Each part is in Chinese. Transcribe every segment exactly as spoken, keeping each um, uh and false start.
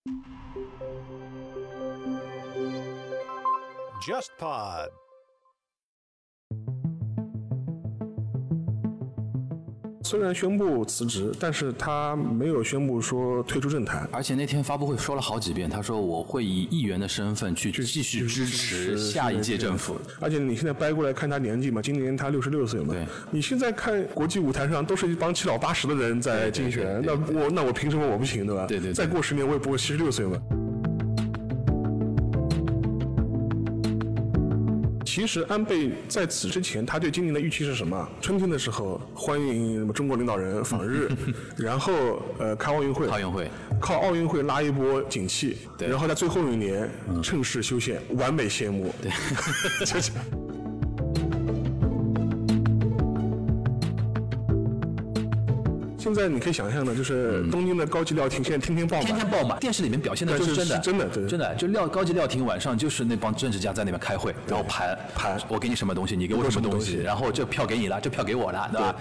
JustPod。 虽然宣布辞职，但是他没有宣布说退出政坛， 而且那天发布会说了好几遍，他说我会以议员的身份去继续支持下一届政府。 而且你现在掰过来看他年纪嘛，今年他六十六岁嘛， 对， 你现在看国际舞台上都是一帮七老八十的人在竞选，那我那我凭什么我不行，对吧？ 对 对, 对， 再过十年我也不会七十六岁嘛。其实安倍在此之前，他对今年的预期是什么？春天的时候欢迎中国领导人访日，然后呃开奥运会， 奥运会靠奥运会拉一波景气，然后在最后一年、嗯、趁势修宪，完美谢幕。 对， 就是现在你可以想象的，就是东京的高级料亭现在天天爆满， 天天爆满，电视里面表现的就是真的， 是真的，对， 真的就料高级料亭晚上就是那帮政治家在那边开会，然后盘盘， 我给你什么东西，你给我什么东西，然后这票给你了，这票给我了，对吧？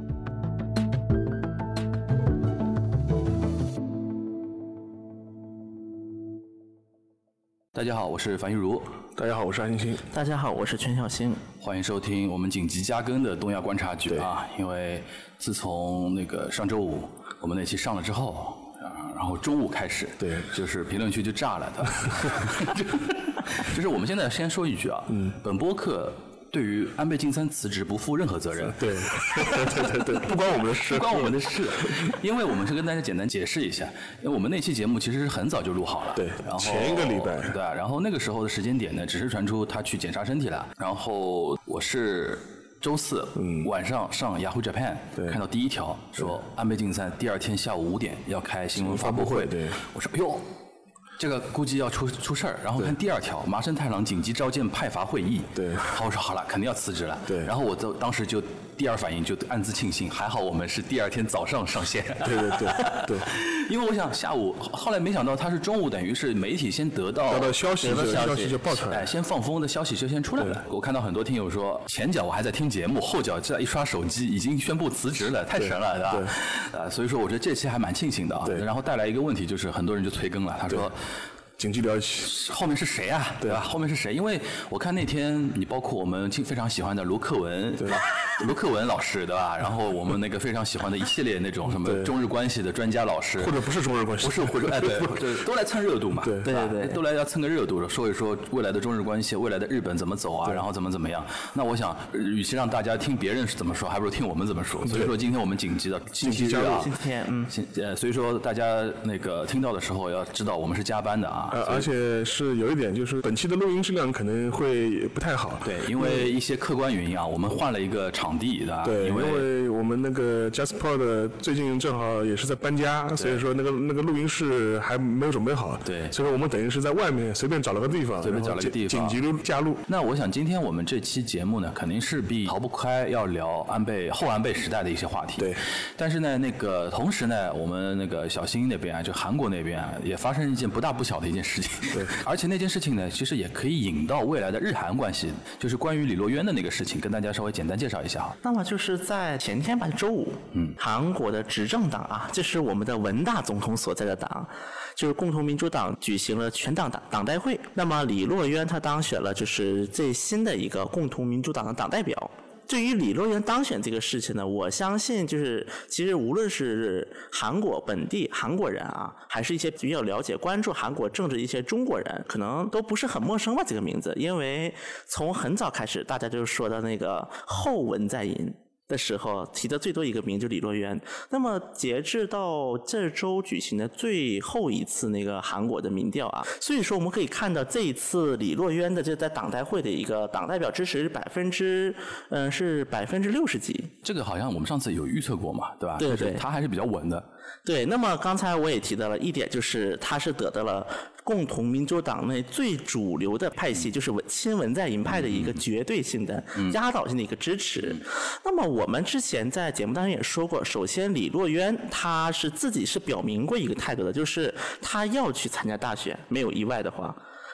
大家好，我是樊玉茹。 大家好，我是安欣欣。 大家好，我是全小新。 欢迎收听我们紧急加更的东亚观察局啊！因为自从那个上周五我们那期上了之后，然后中午开始， 对， 就是评论区就炸了的。就是我们现在先说一句啊，嗯，本播客对于安倍晋三辞职不负任何责任， 对，对对对，不关我们的事， 不关我们的事，因为我们是跟大家简单解释一下，因为我们那期节目其实是很早就录好了， 对， 然后前一个礼拜， 对，然后那个时候的时间点呢，只是传出他去检查身体了，然后我是周四、嗯、晚上上 Yahoo Japan 看到第一条说安倍晋三第二天下午五点要开新闻发布会， 对， 我说哟。这个估计要出出事儿，然后看第二条，麻生太郎紧急召见派阀会议。 对， 好，我说好了，肯定要辞职了。 对， 然后我都当时就第二反应就暗自庆幸，还好我们是第二天早上上线。 对对对对， 因为我想下午，后来没想到他是中午，等于是媒体先得到得到消息， 得到消息就爆出来， 哎，先放风的消息就先出来了。我看到很多听友说，前脚我还在听节目，后脚这一刷手机已经宣布辞职了，太神了，对吧？对，啊，所以说我觉得这期还蛮庆幸的啊。 对， 然后带来一个问题就是很多人就催更了，他说。 紧急聊起， 后面是谁啊？对吧？后面是谁？因为我看那天你包括我们非常喜欢的卢克文，对吧？卢克文老师，对吧？然后我们那个非常喜欢的一系列那种什么中日关系的专家老师， 或者不是中日关系， 不是或者哎对对，都来蹭热度嘛， 对对对，都来要蹭个热度，说一说未来的中日关系，未来的日本怎么走啊，然后怎么怎么样。那我想，与其让大家听别人是怎么说，还不如听我们怎么说。所以说今天我们紧急的紧急日啊， 今天嗯， 呃，所以说大家那个听到的时候要知道我们是加班的啊， 呃，而且。是有一点，就是本期的录音质量可能会不太好。 对，因为一些客观原因啊，我们换了一个场地，对吧？ 对， 因为, 因为我们那个 JustPod 最近正好也是在搬家，所以说那个那个录音室还没有准备好。 对， 所以说我们等于是在外面随便找了个地方， 随便找了个地方紧急加录。 那我想今天我们这期节目呢，肯定势必逃不开要聊安倍后安倍时代的一些话题。 对， 但是呢，那个同时呢，我们那个小新那边啊，就韩国那边啊，也发生一件不大不小的一件事情。 对， 而且那件事情呢。其实也可以引到未来的日韩关系，就是关于李洛渊的那个事情，跟大家稍微简单介绍一下哈。 那么就是在前天吧，周五，嗯，韩国的执政党啊，这是我们的文大总统所在的党，就是共同民主党举行了全党党党代会。那么李洛渊他当选了，就是最新的一个共同民主党的党代表。对于李洛渊当选这个事情呢，我相信就是其实无论是韩国本地韩国人啊，还是一些比较了解关注韩国政治的一些中国人，可能都不是很陌生吧这个名字，因为从很早开始大家就说到那个后文在寅的时候提的最多一个名就是李洛渊。那么截至到这周举行的最后一次那个韩国的民调啊，所以说我们可以看到这一次李洛渊的这在党代会的一个党代表支持百分之嗯是百分之六十几。 这个好像我们上次有预测过嘛，对吧？ 对对， 他还是比较稳的。 对，那么刚才我也提到了一点，就是他是得到了共同民主党内最主流的派系，就是亲文在寅派的一个绝对性的、压倒性的一个支持。那么我们之前在节目当中也说过，首先李洛渊他是自己是表明过一个态度的，就是他要去参加大选，没有意外的话。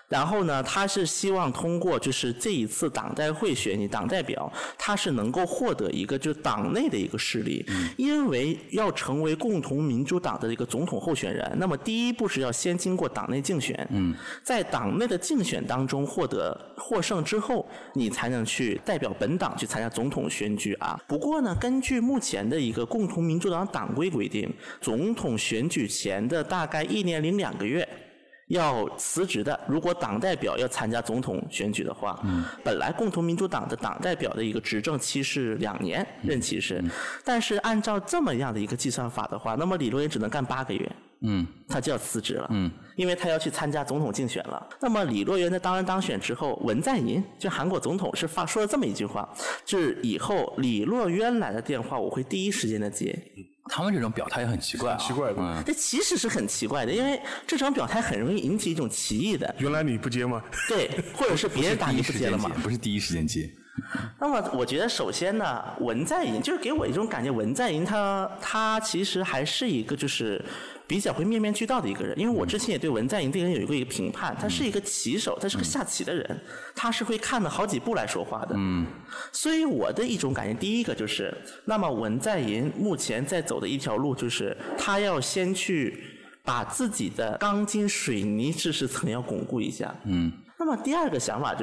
然后呢，他是希望通过就是这一次党代会选举党代表，他是能够获得一个就党内的一个势力，嗯、因为要成为共同民主党的一个总统候选人，那么第一步是要先经过党内竞选，嗯、在党内的竞选当中获得获胜之后，你才能去代表本党去参加总统选举啊。不过呢，根据目前的一个共同民主党党规规定，总统选举前的大概一年零两个月。要辞职的，如果党代表要参加总统选举的话，嗯、本来共同民主党的党代表的一个执政期是两年，任期是，嗯、但是按照这么样的一个计算法的话，那么李洛渊只能干八个月，嗯，他就要辞职了，嗯，因为他要去参加总统竞选了。那么李洛渊在当然当选之后，文在寅就韩国总统是发说了这么一句话，就是以后李洛渊来的电话我会第一时间的接。 他们这种表态也很奇怪、啊， 奇怪的。 嗯， 这其实是很奇怪的，因为这种表态很容易引起一种歧义的。 原来你不接吗？ 对，或者是别人打你不接了吗？ 不是第一时间接。 那么我觉得首先呢，文在寅就是给我一种感觉，文在寅他他其实还是一个就是比较会面面俱到的一个人，因为我之前也对文在寅这个人有一个一个评判，他是一个棋手，他是个下棋的人，他是会看了好几步来说话的。嗯，所以我的一种感觉，第一个就是，那么文在寅目前在走的一条路就是他要先去把自己的钢筋水泥知识层要巩固一下。嗯。那么第二个想法就是，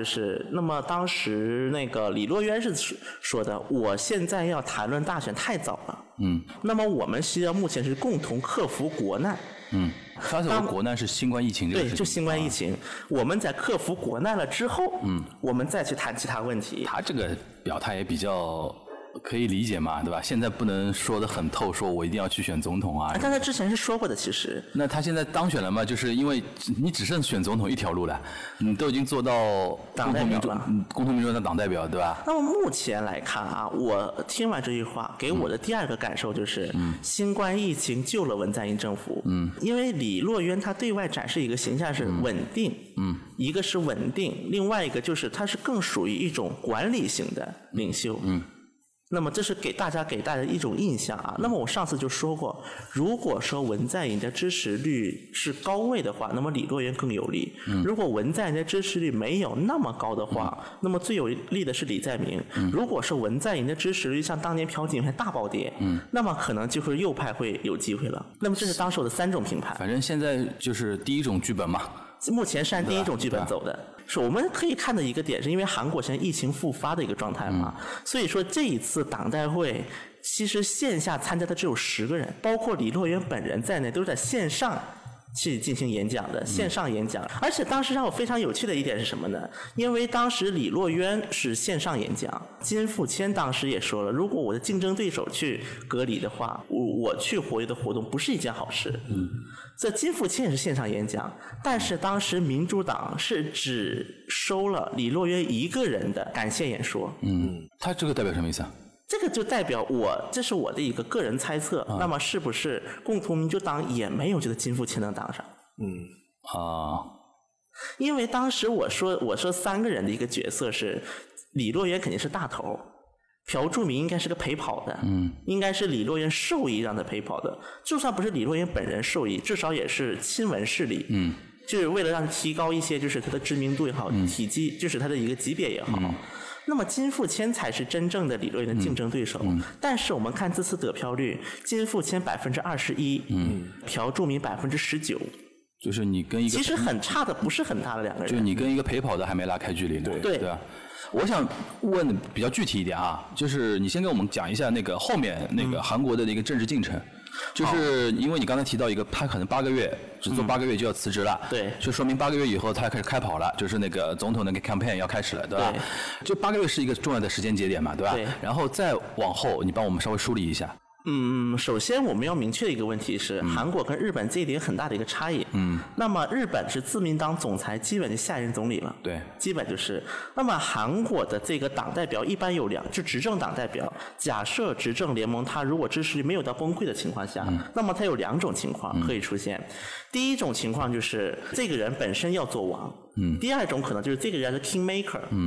那么当时那个李洛渊是说的，我现在要谈论大选太早了。嗯。那么我们需要目前是共同克服国难。 嗯。他所谓国难是新冠疫情这个事情。 对，就新冠疫情。啊、我们在克服国难了之后，嗯，我们再去谈其他问题。 他这个表态也比较可以理解嘛，对吧？现在不能说得很透，说我一定要去选总统啊。 但他之前是说过的，其实。 那他现在当选了嘛？就是因为你只剩选总统一条路了，你都已经做到党代表了， 共同民主党党代表，对吧？ 那么目前来看啊，我听完这句话，给我的第二个感受就是，嗯、新冠疫情救了文在寅政府。嗯。因为李洛渊他对外展示一个形象是稳定，嗯，一个是稳定，另外一个就是他是更属于一种管理型的领袖。嗯。那么这是给大家给大家一种印象啊。那么我上次就说过，如果说文在寅的支持率是高位的话，那么李洛渊更有利。嗯、如果文在寅的支持率没有那么高的话，嗯、那么最有利的是李在明。嗯、如果是文在寅的支持率像当年朴槿惠大暴跌，嗯、那么可能就是右派会有机会了。那么这是当时的三种评判。 反正现在就是第一种剧本嘛。 目前是按第一种剧本走的，是我们可以看的一个点，是因为韩国现在疫情复发的一个状态嘛，嗯、所以说这一次党代会其实线下参加的只有十个人，包括李洛渊本人在内都是在线上去进行演讲的，线上演讲。而且当时让我非常有趣的一点是什么呢？因为当时李洛渊是线上演讲，金富谦当时也说了，如果我的竞争对手去隔离的话，我我去活跃的活动不是一件好事。嗯。这金富谦也是线上演讲，但是当时民主党是只收了李洛渊一个人的感谢演说。 嗯，他这个代表什么意思啊？ 这个就代表我，这是我的一个个人猜测。啊、那么是不是共同民主党也没有觉得金富谦能当上？ 嗯啊， 因为当时我说我说三个人的一个角色是李洛渊肯定是大头。朴柱明应该是个陪跑的，嗯，应该是李洛渊授意让他陪跑的。就算不是李洛渊本人授意，至少也是亲文势力，嗯，就是为了让提高一些，就是他的知名度也好，嗯、体积，就是他的一个级别也好。嗯、那么金富谦才是真正的李洛渊的竞争对手。嗯、但是我们看这次得票率，金富谦百分之二十一，嗯，朴柱明百分之十九。 就是你跟一个其实很差的，不是很大的两个人。 就你跟一个陪跑的还没拉开距离呢， 对对吧？我想问比较具体一点啊，就是你先跟我们讲一下那个后面那个韩国的一个政治进程，嗯、就是因为你刚才提到一个，他可能八个月只做八个月就要辞职了， 嗯、对， 就说明八个月以后他开始开跑了，就是那个总统那个 campaign 要开始了，对吧？对，就八个月是一个重要的时间节点嘛，对吧？ 对， 然后再往后，你帮我们稍微梳理一下。 嗯，首先我们要明确的一个问题是，嗯、韩国跟日本这一点很大的一个差异。嗯，那么日本是自民党总裁基本就下任总理了， 对， 基本就是。那么韩国的这个党代表一般有两，就执政党代表。假设执政联盟它如果支持率没有到崩溃的情况下，嗯、那么它有两种情况可以出现。嗯、第一种情况就是这个人本身要做王，嗯，第二种可能就是这个人是 king maker，嗯。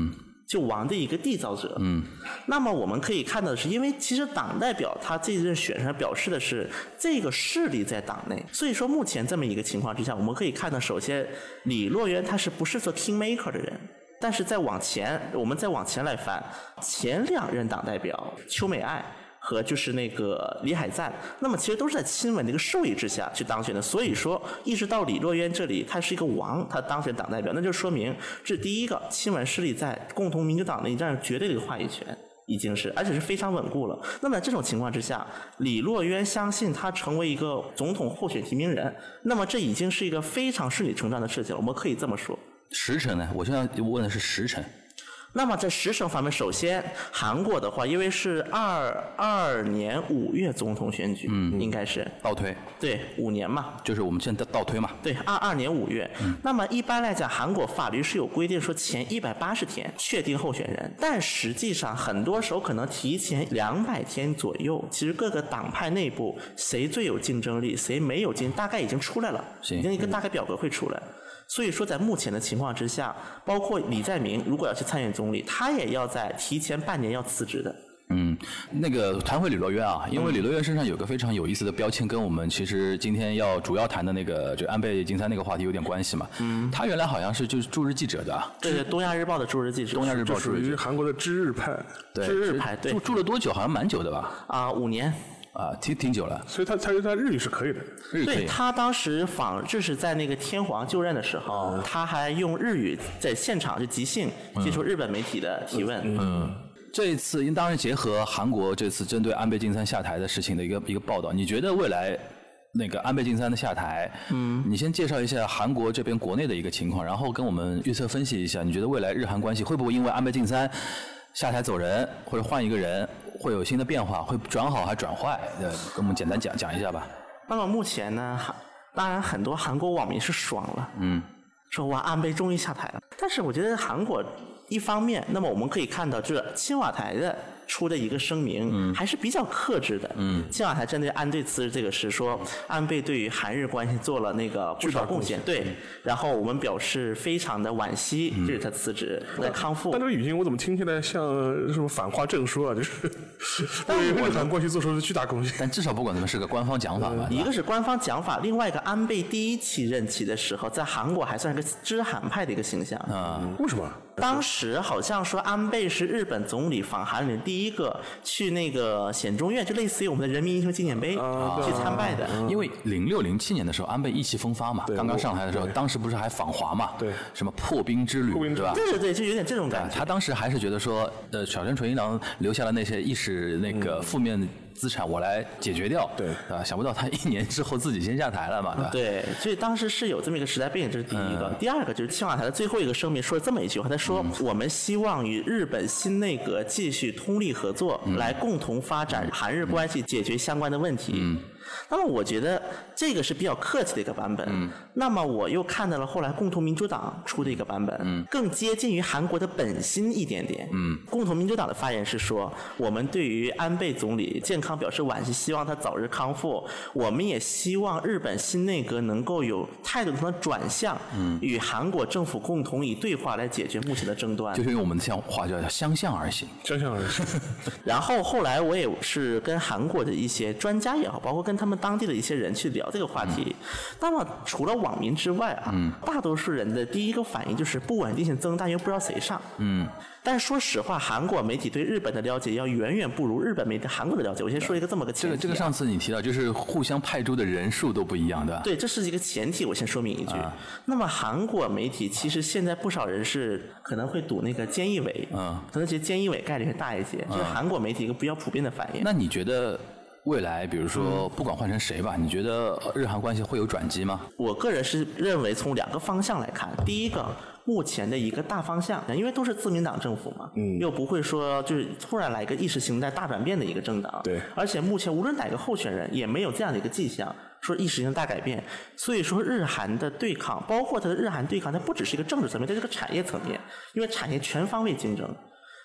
就王的一个缔造者。嗯，那么我们可以看到的是，因为其实党代表他这一任选上表示的是这个势力在党内，所以说目前这么一个情况之下，我们可以看到，首先李洛渊他是不是做 kingmaker 的人？但是再往前，我们再往前来翻，前两任党代表邱美爱和就是那个李海赞，那么其实都是在亲文的一个授意之下去当选的。所以说，一直到李洛渊这里，他是一个王，他当选党代表，那就说明这第一个亲文势力在共同民主党内占有绝对的一个话语权。已经是，而且是非常稳固了。那么在这种情况之下，李洛渊相信他成为一个总统候选提名人，那么这已经是一个非常顺理成章的事情了。我们可以这么说。 时辰呢？我现在问的是时辰。 那么在时程方面，首先韩国的话，因为是二二年五月总统选举，嗯，应该是倒推， 对，五年嘛， 就是我们现在倒推嘛， 对，二二年五月。嗯、那么一般来讲，韩国法律是有规定说前一百八十天确定候选人，但实际上很多时候可能提前两百天左右，其实各个党派内部谁最有竞争力，谁没有竞，大概已经出来了，已经一个大概表格会出来。所以说，在目前的情况之下，包括李在明如果要去参选总理，他也要在提前半年要辞职的。 嗯，那个谈回李洛渊啊，因为李洛渊身上有个非常有意思的标签，跟我们其实今天要主要谈的那个就安倍晋三那个话题有点关系嘛。嗯，他原来好像是就是驻日记者的， 对对，东亚日报的驻日记者， 东亚日报属于韩国的知日派， 对， 知日派，对， 驻驻了多久？好像蛮久的吧？ 啊，五年。 啊，挺挺久了， 所以他他他日语是可以的， 日语可以。 对，他当时访就是在那个天皇就任的时候，嗯、他还用日语在现场就即兴接受日本媒体的提问。 嗯，嗯这一次因当然结合韩国这次针对安倍晋三下台的事情的一个一个报道，你觉得未来那个安倍晋三的下台，嗯，你先介绍一下韩国这边国内的一个情况，然后跟我们预测分析一下，你觉得未来日韩关系会不会因为安倍晋三下台走人或者换一个人？会有新的变化，会转好还转坏？呃，跟我们简单讲讲一下吧。 那么目前呢，当然很多韩国网民是爽了，嗯，说哇，安倍终于下台了。但是我觉得韩国一方面，那么我们可以看到，就是青瓦台的出的一个声明，嗯，还是比较克制的。嗯，青瓦台针对安倍辞职这个事说，安倍对于韩日关系做了那个不少贡献，对。然后我们表示非常的惋惜，这是他辞职来康复。 但这个语境我怎么听起来像什么反话正说啊？就是对日韩关系做出了巨大贡献。 但至少不管怎么是个官方讲法吧。 一个是官方讲法，另外一个安倍第一期任期的时候，在韩国还算是个知韩派的一个形象。 啊， 为什么？ 当时好像说安倍是日本总理访韩里第一个去那个显忠院，就类似于我们的人民英雄纪念碑、啊、去参拜的。 因为零六零七年的时候，安倍意气风发嘛，刚刚上台的时候，当时不是还访华嘛？ 对， 什么破冰之旅，对吧？ 对对对，就有点这种感觉。 他当时还是觉得说，呃，小泉纯一郎留下了那些意识那个负面资产，我来解决掉。 对， 啊，想不到他一年之后自己先下台了嘛，对吧？ 对，所以当时是有这么一个时代背景，这是第一个。嗯、第二个就是青瓦台的最后一个声明说了这么一句话，他说：“嗯、我们希望与日本新内阁继续通力合作，嗯、来共同发展韩日关系，解决相关的问题。嗯”那么我觉得这个是比较客气的一个版本。嗯、那么我又看到了后来共同民主党出的一个版本，嗯、更接近于韩国的本心一点点。嗯、共同民主党的发言是说，我们对于安倍总理健康表示惋惜，希望他早日康复。我们也希望日本新内阁能够有态度上的转向，嗯、与韩国政府共同以对话来解决目前的争端。 就是用我们的像话叫相向而行， 相向而行。 然后后来我也是跟韩国的一些专家也好，包括跟他们当地的一些人去聊这个话题。嗯、那么除了网民之外啊，嗯、大多数人的第一个反应就是不稳定性增大，因为不知道谁上。嗯。但是说实话，韩国媒体对日本的了解要远远不如日本媒体韩国的了解。我先说一个这么个前提、啊。 这个这个上次你提到，就是互相派驻的人数都不一样的。 对，这是一个前提，我先说明一句。啊、那么韩国媒体其实现在不少人是可能会赌那个菅义伟，嗯，可能觉得菅义伟概率会大一些，这、嗯、是韩国媒体一个比较普遍的反应。 那你觉得？未来，比如说，不管换成谁吧，嗯、你觉得日韩关系会有转机吗？ 我个人是认为从两个方向来看，第一个，目前的一个大方向，因为都是自民党政府嘛，嗯，又不会说就是突然来一个意识形态大转变的一个政党， 对， 而且目前无论哪个候选人也没有这样的一个迹象，说意识形态大改变，所以说日韩的对抗，包括它的日韩对抗，它不只是一个政治层面，它是个产业层面，因为产业全方位竞争。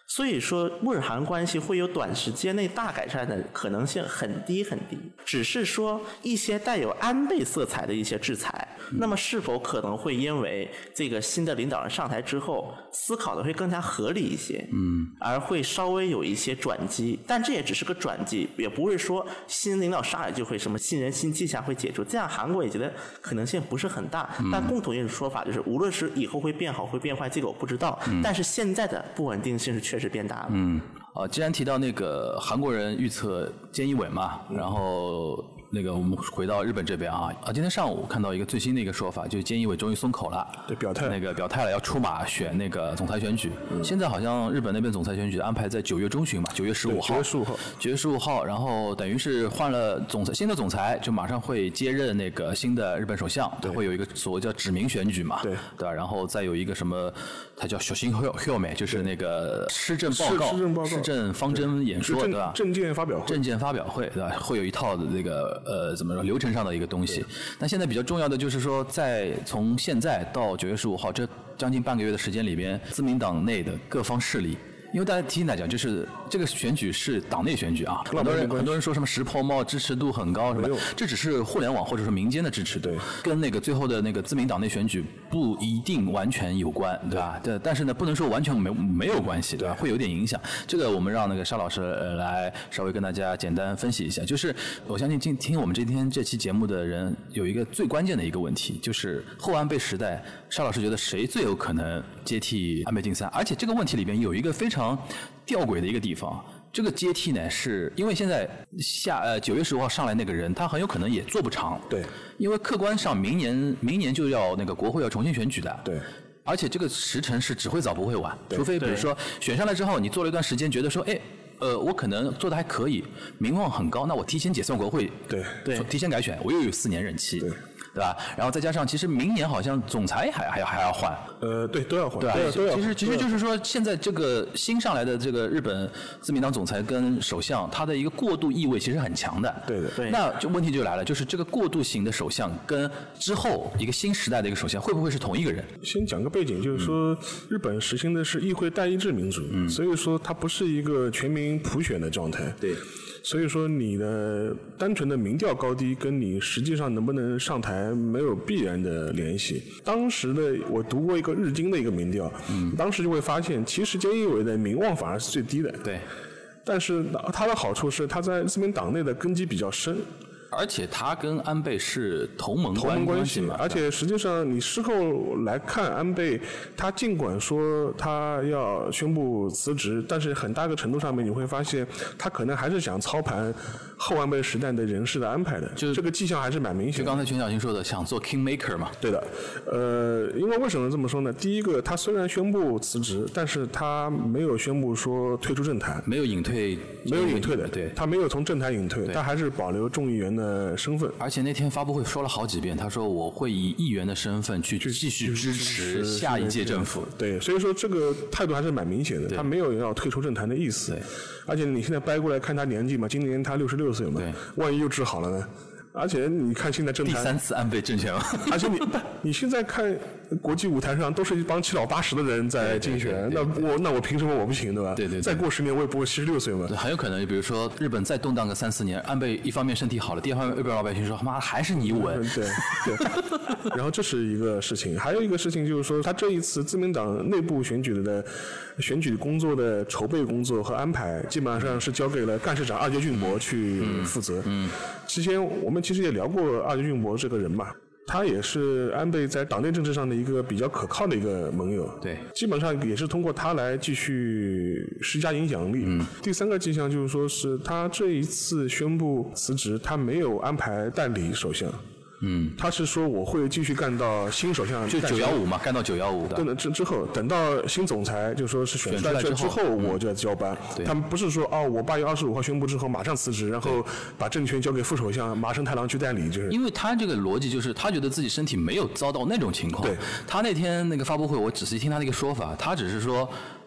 所以说日韩关系会有短时间内大改善的可能性很低很低，只是说一些带有安倍色彩的一些制裁，嗯、那么是否可能会因为这个新的领导人上台之后思考的会更加合理一些，嗯，而会稍微有一些转机，但这也只是个转机，也不会说新领导上来就会什么新人新气象会解除，这样韩国也觉得可能性不是很大，嗯、但共同一种说法就是无论是以后会变好会变坏，这个我不知道，嗯、但是现在的不稳定性是确实变大了。 嗯，啊，既然提到那个韩国人预测菅义伟嘛，然后那个我们回到日本这边啊，啊，今天上午看到一个最新的一个说法，就是菅义伟终于松口了， 对，表态， 那个表态了，要出马选那个总裁选举。嗯、现在好像日本那边总裁选举安排在九月中旬嘛，九月十五号， 九月十五号， 九月十五号，然后等于是换了总裁，新的总裁就马上会接任那个新的日本首相，对，会有一个所谓叫指名选举嘛， 对， 对吧？然后再有一个什么，它叫小型 Hilme， 就是那个施政报告、 施政报告、 施政方针演说，对吧？ 政见发表会， 政见发表会，对吧？会有一套的这个呃怎么说流程上的一个东西。那现在比较重要的就是说，在从现在到九月十五号这将近半个月的时间里边，自民党内的各方势力。因为大家提醒大家，就是这个选举是党内选举啊，很多人很多人说什么石破茂支持度很高什么，这只是互联网或者说民间的支持度，跟那个最后的那个自民党内选举不一定完全有关，对吧？对，但是呢，不能说完全没没有关系，对吧？会有点影响。这个我们让那个沙老师来稍微跟大家简单分析一下。就是我相信听听我们今天这期节目的人有一个最关键的一个问题，就是后安倍时代，沙老师觉得谁最有可能接替安倍晋三？而且这个问题里边有一个非常吊诡的一个地方，这个接替呢，是因为现在下呃九月十五号上来那个人，他很有可能也做不长。 对， 因为客观上明年明年就要那个国会要重新选举的。 对。 而且这个时辰是只会早不会晚，除非比如说选上来之后，你做了一段时间，觉得说，哎，呃，我可能做的还可以，名望很高，那我提前解散国会， 对对，提前改选，我又有四年任期。对。对吧？然后再加上，其实明年好像总裁还还还要换。 呃，对，都要换。 对吧？ 都要。 其实其实就是说，现在这个新上来的这个日本自民党总裁跟首相，他的一个过渡意味其实很强的。 对的。 对。 那就问题就来了，就是这个过渡型的首相跟之后一个新时代的一个首相，会不会是同一个人？ 先讲个背景，就是说、嗯、日本实行的是议会代议制民主，嗯、所以说它不是一个全民普选的状态。 对。 所以说你的单纯的民调高低跟你实际上能不能上台没有必然的联系。当时的我读过一个日经的一个民调，嗯，当时就会发现其实菅义伟的民望反而是最低的。 对。 但是他的好处是他在自民党内的根基比较深。 而且他跟安倍是同盟同盟关系嘛， 而且实际上你事后来看，安倍他尽管说他要宣布辞职，但是很大个程度上面你会发现，他可能还是想操盘后安倍时代的人事的安排的，就这个迹象还是蛮明显的。 就刚才全小新说的，想做 king maker 嘛。 对的，呃，因为为什么这么说呢？第一个，他虽然宣布辞职，但是他没有宣布说退出政坛， 没有隐退， 没有隐退的， 对， 他没有从政坛隐退，他还是保留众议员的身份。 而且那天发布会说了好几遍，他说我会以议员的身份去继续支持下一届政府。 对，所以说这个态度还是蛮明显的，他没有要退出政坛的意思。 对， 而且你现在掰过来看他年纪嘛，今年他六十六岁嘛，万一又治好了呢？而且你看现在政坛第三次安倍政权， 而且你你现在看国际舞台上都是一帮七老八十的人在竞选，那我那我凭什么我不行，对吧？ 对对。 再过十年我也不会七十六岁嘛。 很有可能，比如说日本再动荡个三四年，安倍一方面身体好了，第二方面日本老百姓说妈还是你稳。 对对。然后这是一个事情，还有一个事情就是说，他这一次自民党内部选举的选举工作的筹备工作和安排，基本上是交给了干事长二阶俊博去负责。嗯。之前我们其实也聊过二阶俊博这个人嘛，他也是安倍在党内政治上的一个比较可靠的一个盟友。 对， 基本上也是通过他来继续施加影响力。嗯。第三个迹象就是说是他这一次宣布辞职，他没有安排代理首相。嗯，他是说我会继续干到新首相， 就九幺五嘛，干到九幺五的。 等之之后，等到新总裁就说是选出来之后，我就要交班。 嗯、 他们不是说哦，我八月二十五号宣布之后马上辞职，然后把政权交给副首相麻生太郎去代理，就是。 因为他这个逻辑就是他觉得自己身体没有遭到那种情况。 对。 他那天那个发布会，我仔细听他那个说法，他只是说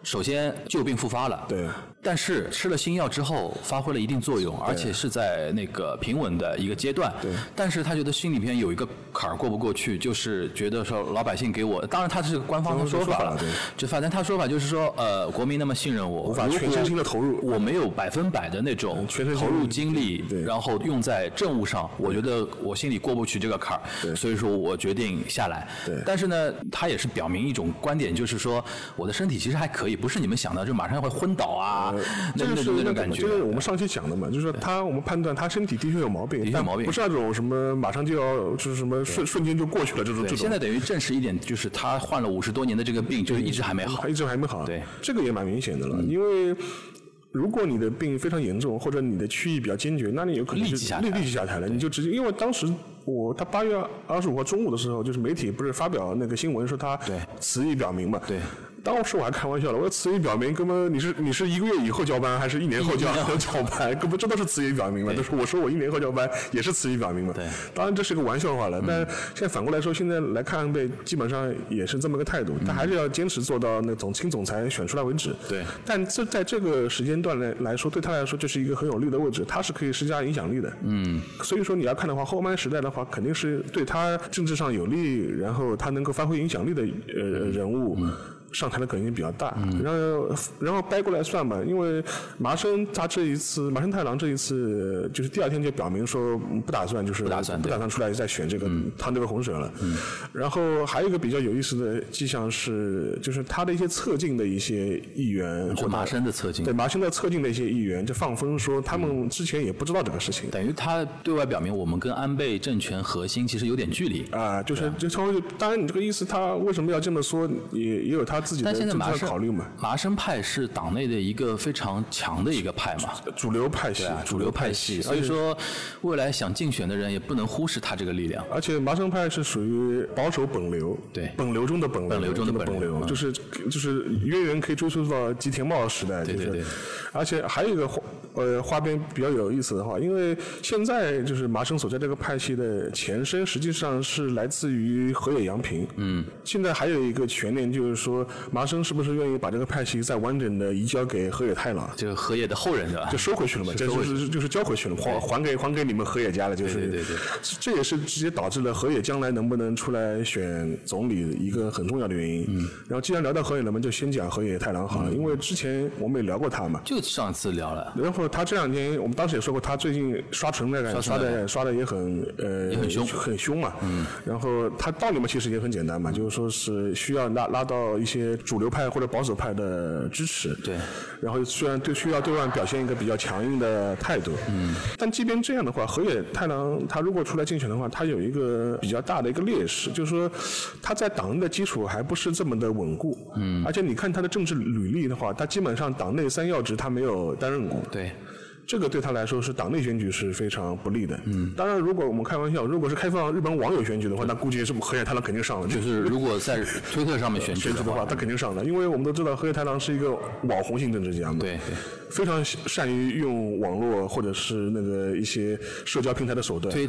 首先旧病复发了， 对， 但是吃了新药之后发挥了一定作用，而且是在那个平稳的一个阶段。 对， 但是他觉得心里边有一个坎儿过不过去，就是觉得说老百姓给我，当然他是官方的说法了， 对， 就反正他说法就是说，呃，国民那么信任我， 无法全身心的投入， 我没有百分百的那种投入精力，然后用在政务上，我觉得我心里过不去这个坎儿，所以说我决定下来。 对， 但是呢，他也是表明一种观点，就是说我的身体其实还可以，不是你们想的就马上会昏倒啊， 呃、 那这是那种感觉。 就是我们上期讲的嘛，就是说他我们判断他身体的确有毛病， 但不是那种什么马上就要就是什么瞬瞬间就过去了这种这种。 现在等于证实一点，就是他患了五十多年的这个病，就是一直还没好， 他一直还没好。 对， 这个也蛮明显的了，嗯、因为。如果你的病非常严重，或者你的区域比较坚决，那你有可能就立立即下台了。你就直接，因为当时我他八月二十五号中午的时候，就是媒体不是发表那个新闻说他辞意表明嘛？ 对。 当时我还开玩笑了，我说辞意表明，根本你是你是一个月以后交班，还是一年后交交班？根本这都是辞意表明嘛。就是我说我一年后交班，也是辞意表明嘛。 对。 当然这是个玩笑话了，但现在反过来说，现在来看安倍基本上也是这么个态度，他还是要坚持做到那总亲总裁选出来为止。 对。 但这在这个时间段来来说，对他来说这是一个很有利的位置，他是可以施加影响力的。 嗯。所以说你要看的话，后曼时代的话，肯定是对他政治上有利，然后他能够发挥影响力的呃人物。嗯。上台的可能性比较大，嗯、然后然后掰过来算吧，因为麻生他这一次麻生太郎这一次就是第二天就表明说不打算就是不打算不打算出来再选这个汤这个洪水了。嗯、然后还有一个比较有意思的迹象是，就是他的一些侧近的一些议员， 就麻生的侧近， 对麻生的侧近的一些议员就放风说他们之前也不知道这个事情， 等于他对外表明我们跟安倍政权核心其实有点距离啊，就是就稍微当然你这个意思他为什么要这么说也也有他自己的政治考虑嘛。 麻生派是党内的一个非常强的一个派嘛， 主流派系， 啊、主流派系，所以说未来想竞选的人也不能忽视他这个力量。 而且麻生派是属于保守本流， 对， 本流中的本流， 本流中的本流，嗯、就是就是渊源可以追溯到吉田茂时代， 对对对。 就是、而且还有一个呃花边比较有意思的话，因为现在就是麻生所在这个派系的前身，实际上是来自于河野洋平。嗯。现在还有一个悬念，就是说麻生是不是愿意把这个派系再完整的移交给河野太郎？ 就河野的后人对吧？ 就收回去了嘛，就就是就是交回去了，还还给还给你们河野家了，就是。 对对对。 这也是直接导致了河野将来能不能出来选总理一个很重要的原因。嗯。然后既然聊到河野了嘛，就先讲河野太郎好了，嗯、因为之前我们也聊过他嘛。 就上次聊了。 然后他这两天，我们当时也说过，他最近刷存在感刷的刷的也很呃也很凶很凶嘛。嗯。然后他道理嘛，其实也很简单嘛，就是说是需要拉拉到一些主流派或者保守派的支持。 对。 然后虽然对需要对外表现一个比较强硬的态度。嗯。但即便这样的话，河野太郎他如果出来竞选的话，他有一个比较大的一个劣势，就是说他在党内的基础还不是这么的稳固。嗯。而且你看他的政治履历的话，他基本上党内三要职他没有担任过。 对。 这个对他来说是党内选举是非常不利的。嗯，当然，如果我们开玩笑，如果是开放日本网友选举的话，那估计是河野太郎肯定上了。 就是如果在推特上面选举的话，他肯定上了，因为我们都知道河野太郎是一个网红型政治家嘛。 对对。 非常善于用网络或者是那个一些社交平台的手段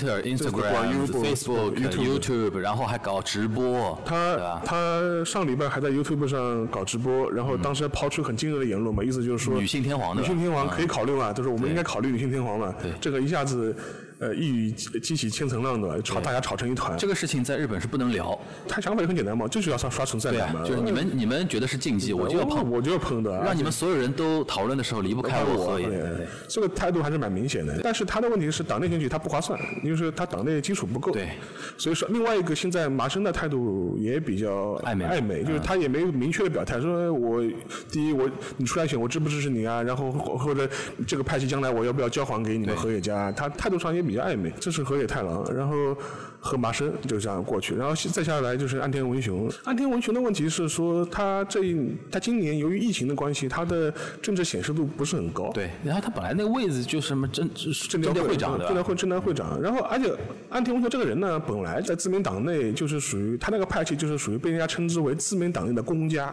，Twitter、Instagram、Facebook、YouTube， 然后还搞直播。 他他上礼拜还在 YouTube 上搞直播，然后当时抛出很惊人的言论嘛，意思就是说女性天皇的女性天皇可以考虑嘛，就是我们应该考虑女性天皇嘛。这个一下子。呃，一语激起千层浪的，吵大家吵成一团。 这个事情在日本是不能聊。 他想法也很简单嘛，就是要刷刷存在感嘛。 就是你们你们觉得是禁忌，我就要碰， 我就要碰的。 让你们所有人都讨论的时候离不开我河野。 这个态度还是蛮明显的。但是他的问题是党内选举他不划算，就是他党内基础不够。 对。 所以说，另外一个现在麻生的态度也比较暧昧， 暧昧，就是他也没有明确的表态，说我第一我你出来选我支不支持你啊，然后或者这个派系将来我要不要交还给你们河野家，他态度上也比较暧昧。这是河野太郎，然后和麻生就这样过去，然后再下来就是岸田文雄。岸田文雄的问题是说，他这他今年由于疫情的关系，他的政治显示度不是很高。 对，然后他本来那个位置就是什么政政调会长的， 政调会政调会长。然后而且岸田文雄这个人呢，本来在自民党内就是属于他那个派系，就是属于被人家称之为自民党内的公家。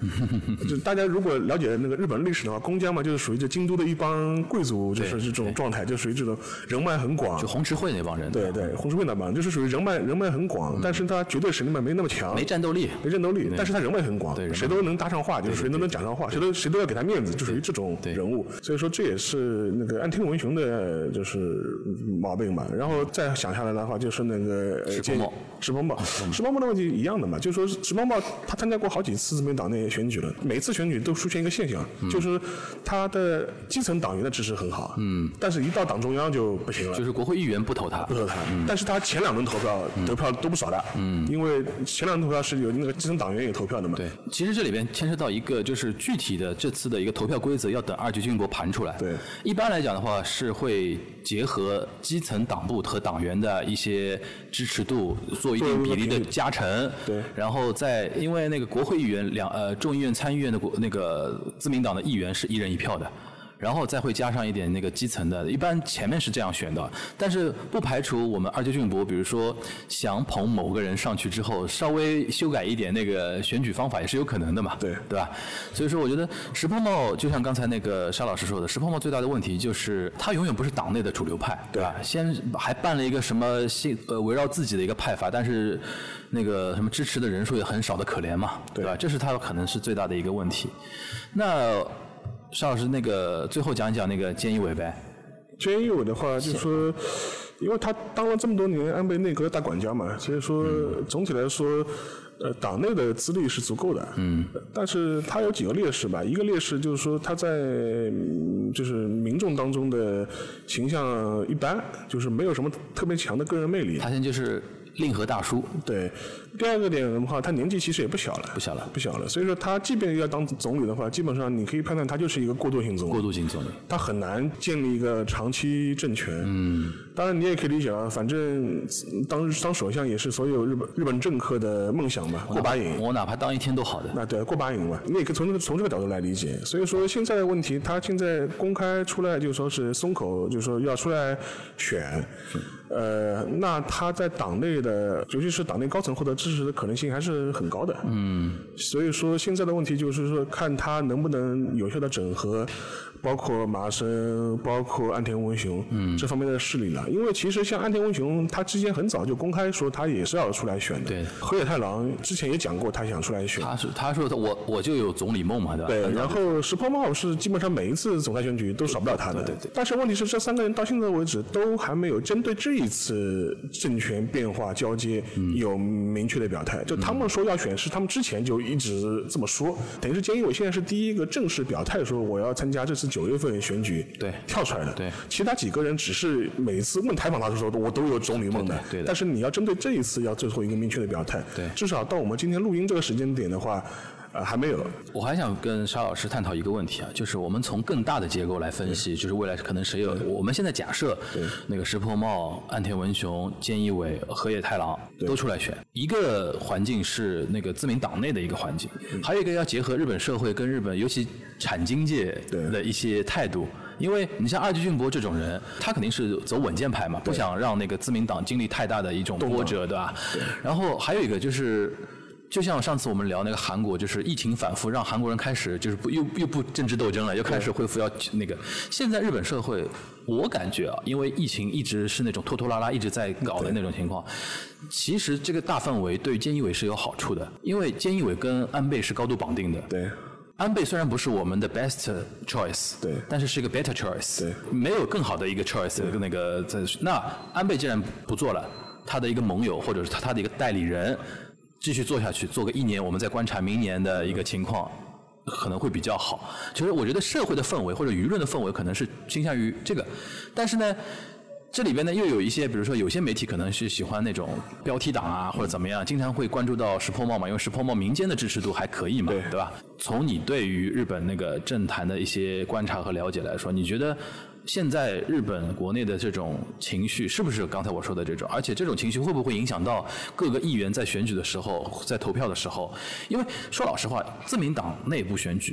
就大家如果了解那个日本历史的话，公家嘛就是属于这京都的一帮贵族，就是这种状态，就属于这种人脉很广， 就红池会那帮人。 对对，红池会那帮就是属于人脉人脉很广，嗯、但是他绝对实力没那么强， 没战斗力， 没战斗力，但是他人脉很广， 对， 谁都能搭上话，就是谁都能讲上话，谁都谁都要给他面子，就属于这种人物。所以说这也是那个岸田文雄的就是毛病吧。然后再想下来的话，就是那个石破茂， 石破茂，石破茂的问题一样的嘛，就是说石破茂他参加过好几次自民党内选举了，每次选举都出现一个现象，嗯、就是他的基层党员的支持很好，嗯，但是一到党中央就不行了， 就是国会议员不投他， 不投他，嗯、但是他前两轮投票、嗯、得票都不少的，嗯，因为前两轮投票是有那个基层党员也投票的嘛， 对，其实这里边牵涉到一个就是具体的这次的一个投票规则要等二级俊博盘出来， 对， 一般来讲的话是会结合基层党部和党员的一些支持度做一定比例的加成， 对， 然后再因为那个国会议员两呃众议院参议院的国那个自民党的议员是一人一票的。然后再会加上一点那个基层的，一般前面是这样选的，但是不排除我们二阶俊博，比如说想捧某个人上去之后，稍微修改一点那个选举方法也是有可能的嘛， 对对吧？所以说，我觉得石破茂就像刚才那个沙老师说的，石破茂最大的问题就是他永远不是党内的主流派，对吧？先还办了一个什么新呃围绕自己的一个派阀，但是那个什么支持的人数也很少的可怜嘛，对吧？这是他可能是最大的一个问题。那邵老师，那个最后讲一讲那个菅义伟呗。 菅义伟的话，就是说，因为他当了这么多年安倍内阁的大管家嘛，所以说、嗯、总体来说，呃，党内的资历是足够的。嗯。但是他有几个劣势吧，一个劣势就是说他在就是民众当中的形象一般，就是没有什么特别强的个人魅力。 他现在就是令和大叔。 对。第二个点的话，他年纪其实也不小了， 不小了， 不小了。所以说，他即便要当总理的话，基本上你可以判断他就是一个过渡性总理。 过渡性总理， 他很难建立一个长期政权。嗯，当然你也可以理解啊，反正当当首相也是所有日本日本政客的梦想嘛，过把瘾。 我哪怕当一天都好的。 那对，过把瘾嘛，你也可以从这个从这个角度来理解。所以说，现在的问题，他现在公开出来就说是松口，就说要出来选。呃，那他在党内的，尤其是党内高层获得支持的可能性还是很高的。嗯，所以说现在的问题就是说，看他能不能有效的整合，包括麻生，包括岸田文雄，嗯，这方面的势力了。因为其实像岸田文雄，他之前很早就公开说他也是要出来选的。 对， 河野太郎之前也讲过他想出来选。 他是他说我我就有总理梦嘛，对吧？ 对，然后石破茂是基本上每一次总裁选举都少不了他的。 对对对。 但是问题是，这三个人到现在为止都还没有针对这一次政权变化交接有明确的表态。就他们说要选，是他们之前就一直这么说。等于是菅义伟现在是第一个正式表态说我要参加这次九月份选举， 对， 跳出来的。 对， 其他几个人只是每次问采访他的时候，我都有总理梦的。 对的。 但是你要针对这一次要最后一个明确的表态。 对。 至少到我们今天录音这个时间点的话。呃，还没有。 我还想跟沙老师探讨一个问题啊，就是我们从更大的结构来分析，就是未来可能谁有，我们现在假设那个石破茂、岸田文雄、菅义伟、河野太郎都出来选，一个环境是那个自民党内的一个环境，还有一个要结合日本社会跟日本尤其产经界的一些态度。因为你像二阶俊博这种人，他肯定是走稳健派嘛，不想让那个自民党经历太大的一种波折，对吧？然后还有一个就是。就像上次我们聊那个韩国，就是疫情反复，让韩国人开始就是不又又不政治斗争了，又开始恢复要那个。现在日本社会，我感觉啊，因为疫情一直是那种拖拖拉拉一直在搞的那种情况，其实这个大氛围对菅义伟是有好处的，因为菅义伟跟安倍是高度绑定的。 对。 安倍虽然不是我们的 best choice， 对， 但是是一个 better choice， 对， 没有更好的一个 choice， 那个那安倍既然不做了，他的一个盟友或者是他的一个代理人。继续做下去，做个一年，我们再观察明年的一个情况，可能会比较好。其实我觉得社会的氛围或者舆论的氛围可能是倾向于这个，但是呢，这里边呢又有一些，比如说有些媒体可能是喜欢那种标题党啊或者怎么样，经常会关注到石破茂嘛，因为石破茂民间的支持度还可以嘛， 对, 对吧？从你对于日本那个政坛的一些观察和了解来说，你觉得？现在日本国内的这种情绪是不是刚才我说的这种？而且这种情绪会不会影响到各个议员在选举的时候，在投票的时候？因为说老实话，自民党内部选举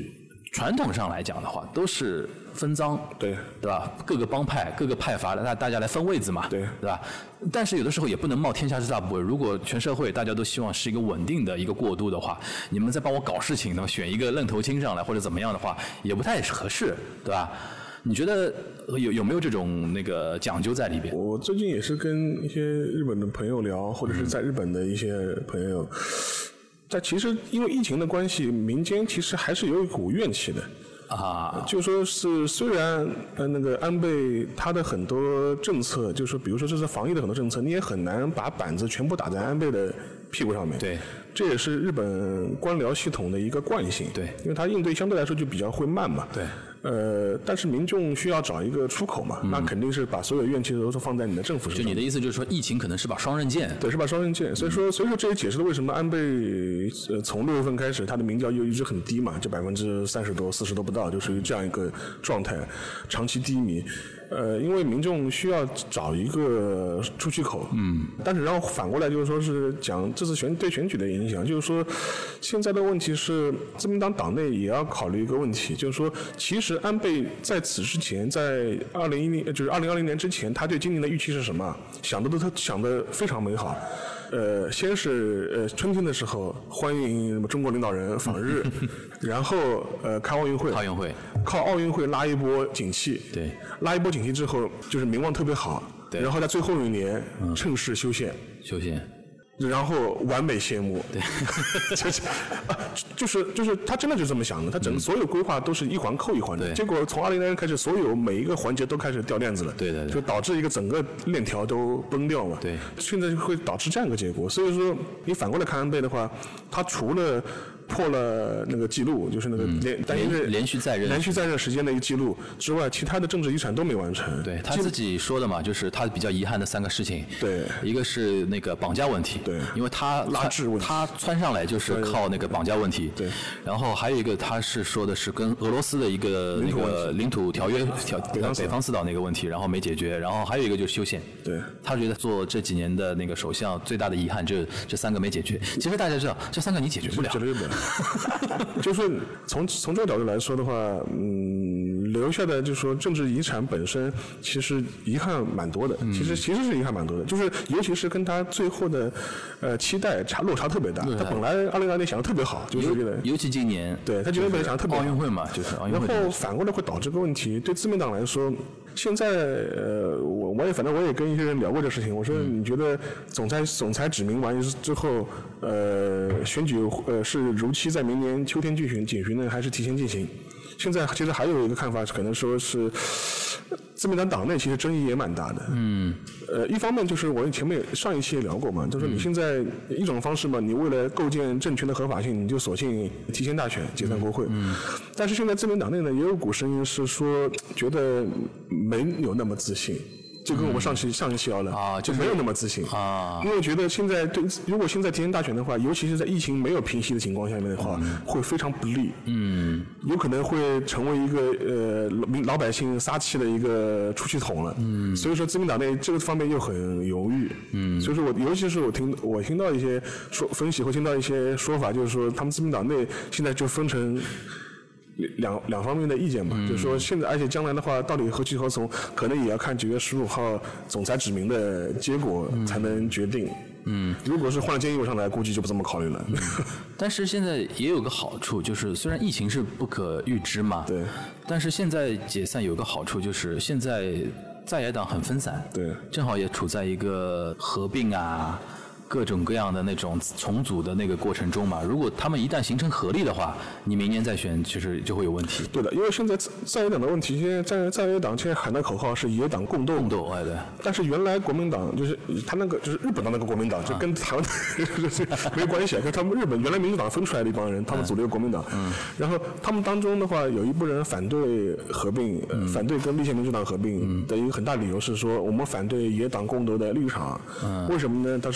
传统上来讲的话，都是分赃， 对对吧？各个帮派、各个派阀的，那大家来分位子嘛， 对对吧？但是有的时候也不能冒天下之大不韪。如果全社会大家都希望是一个稳定的一个过渡的话，你们再帮我搞事情，那么选一个愣头青上来或者怎么样的话，也不太合适，对吧？你觉得有有没有这种那个讲究在里边？ 我最近也是跟一些日本的朋友聊，或者是在日本的一些朋友，嗯、但其实因为疫情的关系，民间其实还是有一股怨气的。 啊， 就说是虽然呃那个安倍他的很多政策，就是说比如说这是防疫的很多政策，你也很难把板子全部打在安倍的屁股上面。 对， 这也是日本官僚系统的一个惯性。 对， 因为他应对相对来说就比较会慢嘛。 对。 呃，但是民众需要找一个出口嘛，嗯、那肯定是把所有怨气都是放在你的政府身上。 就你的意思就是说，疫情可能是把双刃剑。 对，是把双刃剑。所以说，所以说这也解释了为什么安倍呃从六月份开始他的民调又一直很低嘛，就百分之三十多、四十都不到，就属于这样一个状态，长期低迷。呃，因为民众需要找一个出气口，嗯，但是然后反过来就是说是讲这次选对选举的影响，就是说现在的问题是自民党党内也要考虑一个问题，就是说其实安倍在此之前，在二零一零就是二零二零年之前，他对今年的预期是什么？想的都他想的非常美好。呃，先是呃春天的时候欢迎中国领导人访日，然后呃开奥运会， 奥运会靠奥运会拉一波景气， 对， 拉一波景气之后就是民望特别好， 对， 然后在最后一年、嗯、趁势修宪， 修宪。 然后完美谢幕， 对， 就是啊，就是就是他真的就这么想的，他整个所有规划都是一环扣一环的， 对， 结果从二零年开始，所有每一个环节都开始掉链子了， 对对对， 就导致一个整个链条都崩掉嘛， 对， 现在会导致这样一个结果。所以说，你反过来看安倍的话，他除了破了那个记录，就是那个连、 嗯、 单一连连续在任连续在任时间的一个记录之外，其他的政治遗产都没完成。 对他自己说的嘛，就是他比较遗憾的三个事情。 对， 一个是那个绑架问题。 对， 因为他拉致问题， 他窜上来就是靠那个绑架问题。 对， 然后还有一个他是说的是跟俄罗斯的一个那个领土条约条北方北方四岛那个问题，然后没解决。然后还有一个就是修宪。 对， 他觉得做这几年的那个首相最大的遗憾就是这三个没解决。其实大家知道，这三个你解决不了。 解决不了。就是从从这个角度来说的话，嗯，留下的就是说政治遗产本身其实遗憾蛮多的，嗯、其实其实是遗憾蛮多的，就是尤其是跟他最后的呃期待差落差特别大。他本来二零二零年想的特别好，就是觉得尤其今年， 对他今年本来想的特别好， 奥运会嘛，就是奥运会。 然后反过来会导致个问题，对自民党来说。现在呃，我我也反正我也跟一些人聊过这事情。我说你觉得总裁总裁指名完之后，呃，选举呃是如期在明年秋天进行进行呢，还是提前进行？现在其实还有一个看法，可能说是自民党党内其实争议也蛮大的。嗯。呃，一方面就是我前面上一期也聊过嘛，就是你现在一种方式嘛，你为了构建政权的合法性，你就索性提前大选解散国会。嗯。但是现在自民党内呢，也有股声音是说，觉得没有那么自信。就跟我们上期、嗯、上一期聊了啊， 就没有那么自信啊， 因为我觉得现在对，如果现在提前大选的话，尤其是在疫情没有平息的情况下面的话，嗯、会非常不利，嗯，有可能会成为一个呃老百姓撒气的一个出气筒了，嗯，所以说自民党内这个方面又很犹豫，嗯，所以说我尤其是我听我听到一些说分析或听到一些说法，就是说他们自民党内现在就分成。两两方面的意见嘛，嗯、就是说现在，而且将来的话，到底何去何从，可能也要看九月十五号总裁指名的结果才能决定。嗯，如果是换了菅义伟上来，估计就不这么考虑了。嗯、 但是现在也有个好处，就是虽然疫情是不可预知嘛， 对， 但是现在解散有个好处，就是现在在野党很分散， 对， 正好也处在一个合并啊。各种各样的那种重组的那个过程中嘛，如果他们一旦形成合力的话，你明年再选其实就会有问题。 对的，因为现在在野党的问题，现在在在野党现在喊的口号是野党共斗。 共斗，哎对。 但是原来国民党就是他那个就是日本的那个国民党，就跟台湾没关系啊，跟他们日本原来民主党分出来的一帮人，他们组了一个国民党。嗯。然后他们当中的话，有一部分人反对合并，呃嗯、反对跟立宪民主党合并的一个很大理由是说，我们反对野党共斗的立场。嗯。为什么呢？他说我从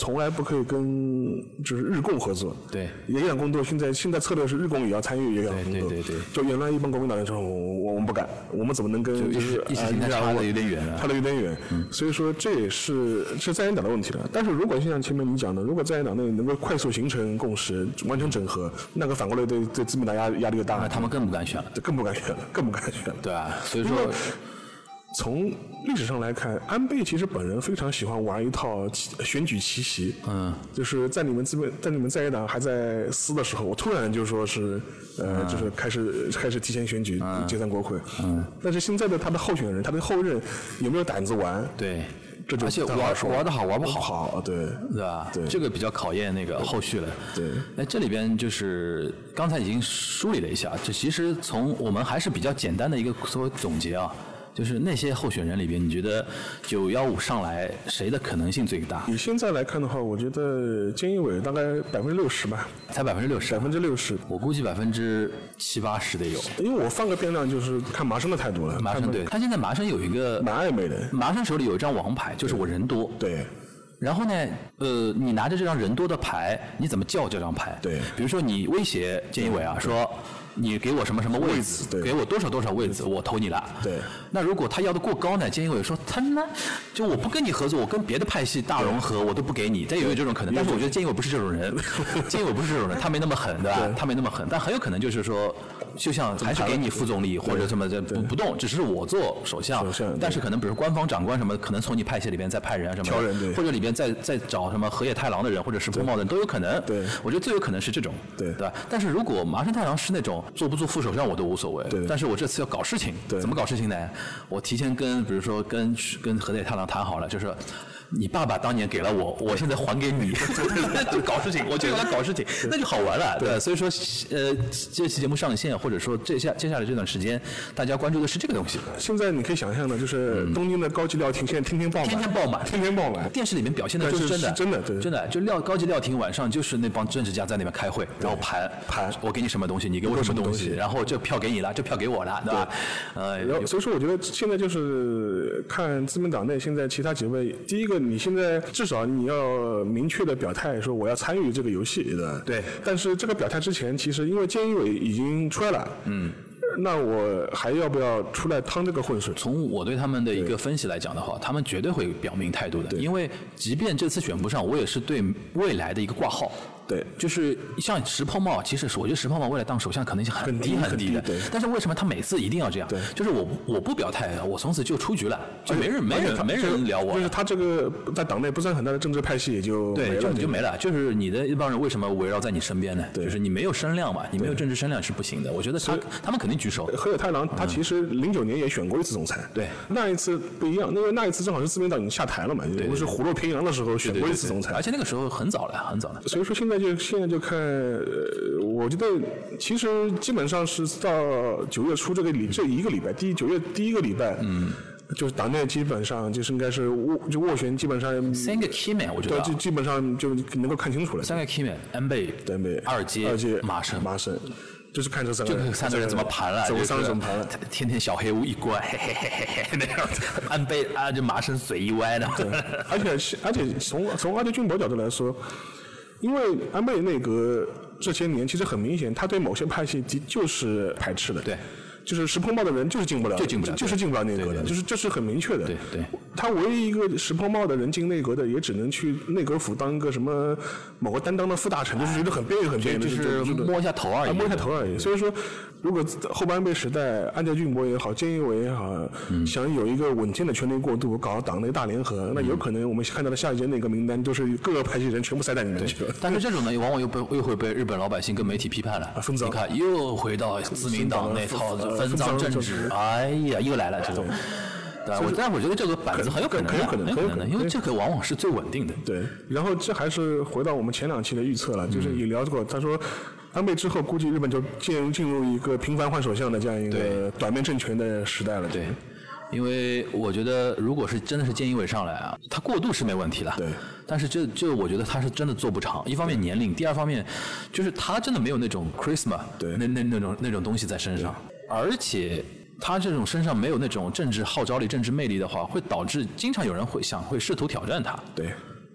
从来不可以跟就是日共合作。 对， 野党工作现在现在策略是日共也要参与野党工作。 对对对对。 就原来一帮国民党人说，我我们不敢，我们怎么能跟就是意识形态差的有点远了， 差的有点远。嗯。所以说这也是是在野党的问题了。但是如果像前面你讲的，如果在野党内能够快速形成共识，完成整合，那个反过来对对自民党压压力就大了。 那他们更不敢选了， 更不敢选了，更不敢选了。 对啊，所以说。 从历史上来看，安倍其实本人非常喜欢玩一套选举奇袭。嗯，就是在你们自民在你们在野党还在撕的时候，我突然就说是呃，嗯、就是开始开始提前选举、嗯、解散国会。嗯，但是现在的他的候选人，他的后任有没有胆子玩？ 对。 这就而且玩玩的好玩不好， 好对对吧？ 对， 这个比较考验那个后续了。 对， 那这里边就是刚才已经梳理了一下，这其实从我们还是比较简单的一个所谓总结啊。就是那些候选人里边，你觉得九一五上来谁的可能性最大？ 以现在来看的话，我觉得菅义伟大概百分之六十吧， 才百分之六十， 百分之六十， 我估计百分之七八十得有。 因为我放个变量，就是看麻生的态度了。 麻生对，他现在麻生有一个蛮暧昧的， 麻生手里有一张王牌，就是我人多。 对。 然后呢，呃，你拿着这张人多的牌，你怎么叫这张牌？ 对。 比如说你威胁菅义伟啊，说。你给我什么什么位置，给我多少多少位置，我投你了。 对。 那如果他要的过高呢？菅义伟说他呢，就我不跟你合作，我跟别的派系大融合，我都不给你。但也有这种可能，但是我觉得菅义伟不是这种人，菅义伟不是这种人，他没那么狠，对吧？ 对他没那么狠，但很有可能就是说，就像还是给你副总理或者什么的不不动，只是我做首相，但是可能比如官方长官什么，可能从你派系里边再派人啊什么的，或者里边再再找什么河野太郎的人或者石破茂的人都有可能。 对。 我觉得最有可能是这种， 对对吧？但是如果麻生太郎是那种做不做副首相我都无所谓， 对。 但是我这次要搞事情，怎么搞事情呢？我提前跟比如说跟跟河野太郎谈好了，就是你爸爸当年给了我，我现在还给你，就搞事情，我就要搞事情，那就好玩了，对。所以说，呃，这期节目上线，或者说这下接下来这段时间，大家关注的是这个东西。 现在你可以想象的，就是东京的高级料亭现在天天爆满， 天天爆满， 天天爆满。 电视里面表现的就是真的， 真的，对， 真的就料高级料亭晚上就是那帮政治家在那边开会，然后盘盘， 我给你什么东西，你给我什么东西，然后这票给你了，这票给我了，对吧？呃， 然后所以说我觉得现在就是看自民党内现在其他几位，第一个你现在。至少你要明确的表态说我要参与这个游戏的。 对。 但是这个表态之前，其实因为菅义伟已经出来了。嗯。那我还要不要出来趟这个浑水？ 从我对他们的一个分析来讲的话，他们绝对会表明态度的。因为即便这次选不上，我也是对未来的一个挂号。 对， 就是像石破茂，其实我觉得石破茂未来当首相可能性很低很低的。 对。 但是为什么他每次一定要这样？ 对。 就是我我不表态，我从此就出局了，就没人没人没人聊我。 就是他这个在党内不算很大的政治派系也就对，就你就没了。就是你的一帮人为什么围绕在你身边呢？ 对。 就是你没有声量嘛，你没有政治声量是不行的。我觉得他他们肯定举手。 河野太郎他其实零九年也选过一次总裁。 对。 那一次不一样，因为那一次正好是自民党已经下台了嘛，不是虎落平阳的时候选过一次总裁。 而且那个时候很早了，很早了。 所以说现在就现在就看。呃，我觉得其实基本上是到九月初这个礼这一个礼拜，第一九月第一个礼拜，嗯，就是党内基本上就是应该是斡就斡旋，基本上三个 key man， 我觉得对，基本上就能够看清楚了。 三个 key man， 安倍、 安倍、 二阶、 二阶、 麻生、 麻生。就是看这三个人， 这三个人怎么盘了， 怎么三怎么盘了， 天天小黑屋一关，嘿嘿嘿嘿嘿那样，安倍啊，这麻生嘴一歪的。 对，而且而且从从安倍晋博角度来说。因为安倍内阁这些年，其实很明显，他对某些派系的就是排斥的。 对。 就是石破茂的人就是进不了， 就进不了， 就是进不了内阁的，就是这是很明确的。 对对。 他唯一一个石破茂的人进内阁的，也只能去内阁府当一个什么某个担当的副大臣，就是觉得很边缘、很边缘的， 就是摸一下头而已， 摸一下头而已。所以说，如果后半安倍时代，安倍晋博也好，菅义伟也好，想有一个稳健的权力过渡，搞党内大联合，那有可能我们看到的下一届内阁名单都是各个派系人全部塞在里面去了。 但是这种呢，往往又被又会被日本老百姓跟媒体批判了。 分赃， 你看又回到自民党那套分赃政治，哎呀，又来了这种。对，我但我觉得这个板子很有可能， 很有可能， 很有可能，因为这个往往是最稳定的。 对，然后这还是回到我们前两期的预测了，就是也聊过，他说安倍之后估计日本就进入进入一个频繁换首相的这样一个短命政权的时代了。 对。因为我觉得，如果是真的是菅义伟上来啊，他过渡是没问题了。 对。 但是这这，我觉得他是真的做不长。一方面年龄，第二方面就是他真的没有那种 charisma， 对， 那那那种那种东西在身上，而且他这种身上没有那种政治号召力、政治魅力的话，会导致经常有人会想会试图挑战他。 对。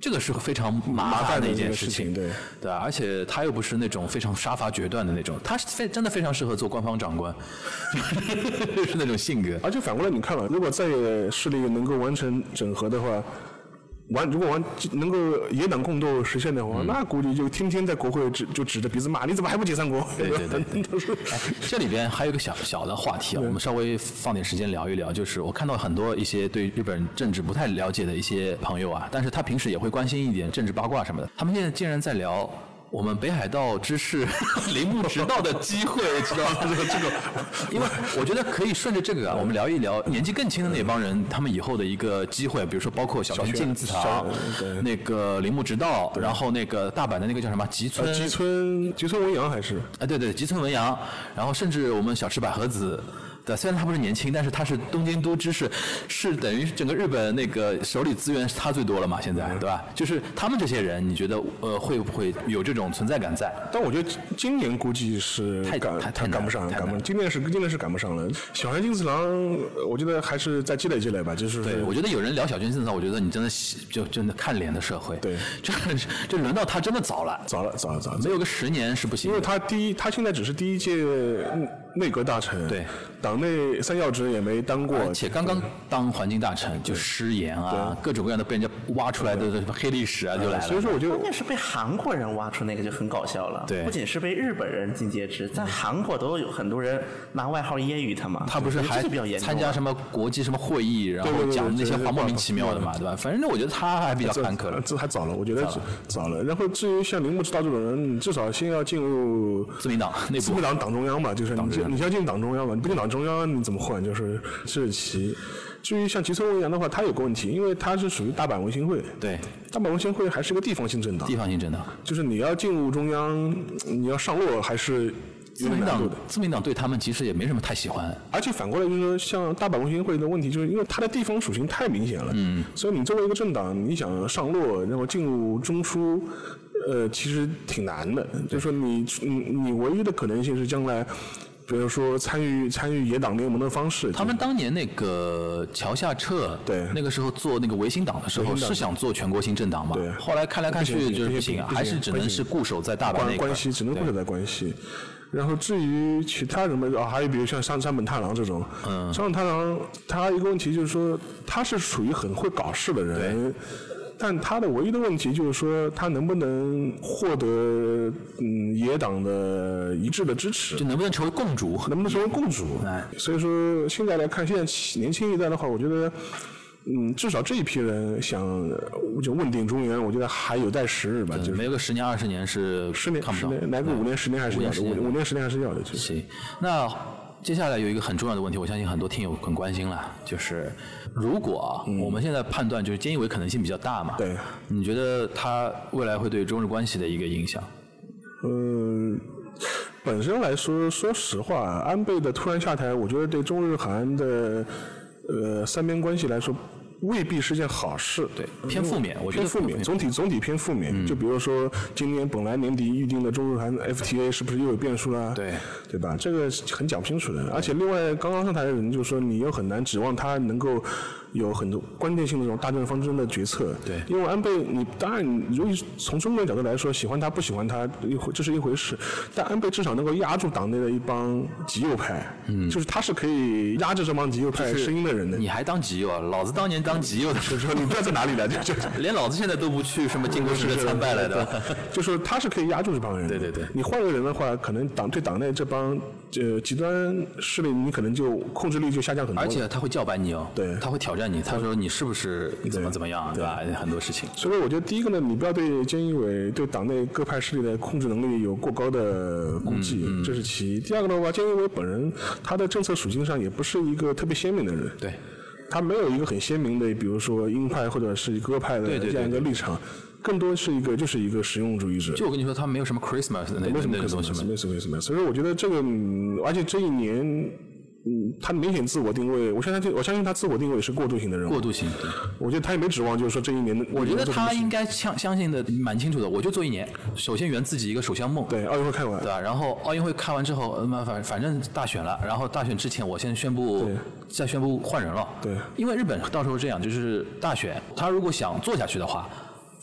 这个是非常麻烦的一件事情， 对对吧？而且他又不是那种非常杀伐决断的那种，他是非真的非常适合做官方长官，是那种性格。 而且反过来你看了，如果在野势力能够完成整合的话。完，如果完能够野党共斗实现的话，嗯、那估计就天天在国会指就指着鼻子骂，你怎么还不解散国？ 对对对对哎，这里边还有一个小小的话题啊，我们稍微放点时间聊一聊。就是我看到很多一些对日本政治不太了解的一些朋友啊，但是他平时也会关心一点政治八卦什么的。他们现在竟然在聊我们北海道知事铃木直道的机会，知道吗？这个这个，因为我觉得可以顺着这个啊，我们聊一聊年纪更轻的那帮人，他们以后的一个机会，比如说包括小泉进次郎，那个铃木直道，然后那个大阪的那个叫什么吉村吉村吉村文洋还是啊，对对，吉村文洋，然后甚至我们小池百合子。对，虽然他不是年轻，但是他是东京都知事，是等于整个日本那个手里资源是他最多了嘛，现在对吧？就是他们这些人，你觉得呃会不会有这种存在感在？ 但我觉得今年估计是太赶太太赶不上，赶不上。今年是今年是赶不上了。小泉进次郎，我觉得还是再积累积累吧。就是对，我觉得有人聊小泉进次郎，我觉得你真的就真的看脸的社会。 对， 这这轮到他真的早了， 早了，早了，早了。 没有个十年是不行。 因为他第一，他现在只是第一届内阁大臣， 对， 党内三要职也没当过， 而且刚刚当环境大臣就失言啊，各种各样的被人家挖出来的黑历史啊就来了。 所以说，我觉得关键是被韩国人挖出那个就很搞笑了。 对， 不仅是被日本人尽皆知，在韩国都有很多人拿外号揶揄他嘛。 他不是还参加什么国际什么会议，然后讲那些话莫名其妙的嘛，对吧？反正我觉得他还比较坎坷了， 这还早了，我觉得早了。然后至于像铃木直道这种人，你至少先要进入自民党内部， 自民党党中央嘛，就是你你要进党中央嘛，你不进党中央你怎么混？就是这是其。至于像吉村文洋的话，他有个问题，因为他是属于大阪文心会， 对， 大阪文心会还是个地方性政党， 地方性政党， 就是你要进入中央，你要上落还是。 自民党，自民党对他们其实也没什么太喜欢， 而且反过来就是说，像大阪文心会的问题，就是因为它的地方属性太明显了，嗯，所以你作为一个政党，你想上落，然后进入中枢，呃，其实挺难的。就是说你，你你唯一的可能性是将来。比如说参与参与野党联盟的方式， 他们当年那个桥下彻， 对， 那个时候做那个维新党的时候是想做全国性政党嘛， 对， 后来看来看去就是不行啊，还是只能是固守在大阪那关系，只能固守在关系。然后至于其他什么啊，还有比如像山山本太郎这种，嗯，山本太郎他一个问题就是说他是属于很会搞事的人。但他的唯一的问题就是说，他能不能获得嗯野党的一致的支持？ 就能不能成为共主？ 能不能成为共主？所以说现在来看，现在年轻一代的话，我觉得，嗯，至少这一批人想就问鼎中原，我觉得还有待时日吧。就是没有个十年二十年是十年看不到， 十年来个五年十年还是要的，五五年十年还是要的。 行，那。接下来有一个很重要的问题，我相信很多听友很关心了，就是如果、嗯、我们现在判断就是菅义伟可能性比较大嘛， 对， 你觉得他未来会对中日关系的一个影响？ 嗯，本身来说，说实话，安倍的突然下台，我觉得对中日韩的呃三边关系来说。未必是件好事， 对，偏负面，我觉得偏负面，总体总体偏负面。嗯、就比如说，今年本来年底预定的中日韩 F T A 是不是又有变数了？ 对， 对吧？这个很讲不清楚的。而且另外，刚刚上台的人就是说，你又很难指望他能够有很多关键性的这种大政方针的决策。 对， 因为安倍，你当然，如果从中国角度来说，喜欢他不喜欢他一回这是一回事，但安倍至少能够压住党内的一帮极右派，嗯，就是他是可以压制这帮极右派声音的人的。 你还当极右啊？老子当年当极右的时候。 你不知道在哪里了，就就连老子现在都不去什么靖国神社参拜来的， 就说他是可以压住这帮人。 对对对， 你换个人的话，可能党对党内这帮呃极端势力，你可能就控制力就下降很多。 而且他会叫板你哦， 对， 他会挑战你，他说你是不是怎么怎么样， 对, 对吧？很多事情。 所以我觉得第一个呢，你不要对菅义伟对党内各派势力的控制能力有过高的估计，嗯嗯、这是其一。第二个的话，菅义伟本人他的政策属性上也不是一个特别鲜明的人。 对。 他没有一个很鲜明的，比如说鹰派或者是鸽派的这样一个立场，更多是一个就是一个实用主义者。 就我跟你说，他没有什么 Christmas 的那没什么 Christmas， 没有什么 Christmas。所以说，我觉得这个，嗯、而且这一年，嗯，他明显自我定位，我相信，我相信他自我定位是过渡型的人物。 过渡型，对。 我觉得他也没指望，就是说这一年的。 我觉得他应该相相信的蛮清楚的，我就做一年，首先圆自己一个首相梦。 对，奥运会看完。 对吧？然后奥运会看完之后，嗯，反反正大选了，然后大选之前我先宣布。再宣布换人了， 对， 因为日本到时候这样，就是大选，他如果想做下去的话，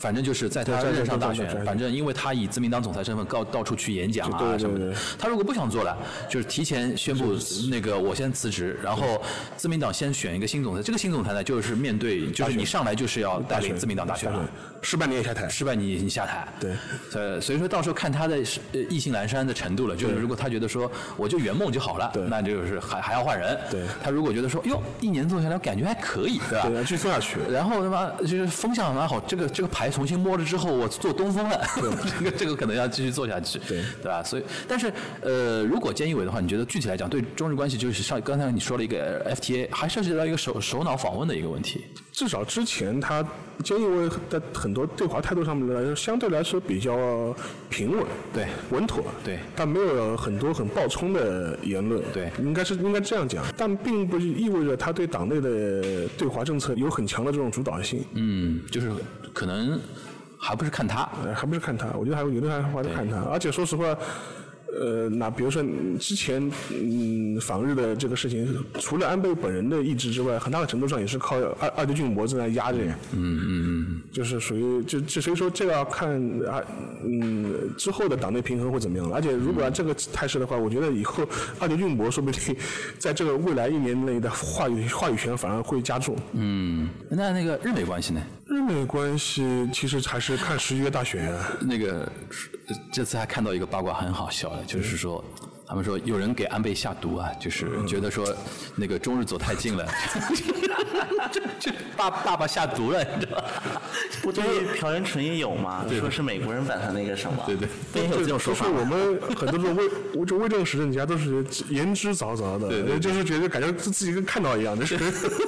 反正就是在他任上大选，反正因为他以自民党总裁身份到到处去演讲啊什么的。他如果不想做了，就是提前宣布那个我先辞职，然后自民党先选一个新总裁。这个新总裁呢，就是面对就是你上来就是要带领自民党大选了， 失败你也下台， 失败你你下台。 对， 呃，所以说到时候看他的意兴阑珊的程度了。就是如果他觉得说我就圆梦就好了，那就是还还要换人。 对， 他如果觉得说哟一年做下来感觉还可以，对吧？ 对，继续做下去。 然后他妈就是风向蛮好，这个这个牌重新摸了之后，我做东风了，这个这个可能要继续做下去， 对对吧？所以，但是呃，如果菅义伟的话，你觉得具体来讲，对中日关系就是上刚才你说了一个 F T A， 还涉及到一个首首脑访问的一个问题。 至少之前他菅义伟在很多对华态度上面来说，相对来说比较平稳， 对， 稳妥， 对， 但没有很多很暴冲的言论， 对， 应该是应该这样讲，但并不意味着他对党内的对华政策有很强的这种主导性。 嗯，就是可能还不是看他， 呃，还不是看他，我觉得还有的还还是看他，而且说实话。呃，那比如说之前嗯访日的这个事情，除了安倍本人的意志之外，很大的程度上也是靠二二阶俊博在那压着。 嗯嗯嗯， 就是属于就就所以说这个要看啊嗯之后的党内平衡会怎么样了。而且如果按这个态势的话，我觉得以后二阶俊博说不定在这个未来一年内的话语话语权反而会加重。 嗯，那那个日美关系呢？ 日美关系其实还是看十一月大选啊。 那个这次还看到一个八卦很好笑的，就是说。他们说有人给安倍下毒啊，就是觉得说那个中日走太近了，就就爸爸爸下毒了，你知道吗？ 不对，朴元淳也有嘛，说是美国人把他那个什么， 对对， 也有这种说法。 就是我们很多这种魏就魏政时政家都是言之凿凿的， 对对， 就是觉得感觉自己跟看到一样，就是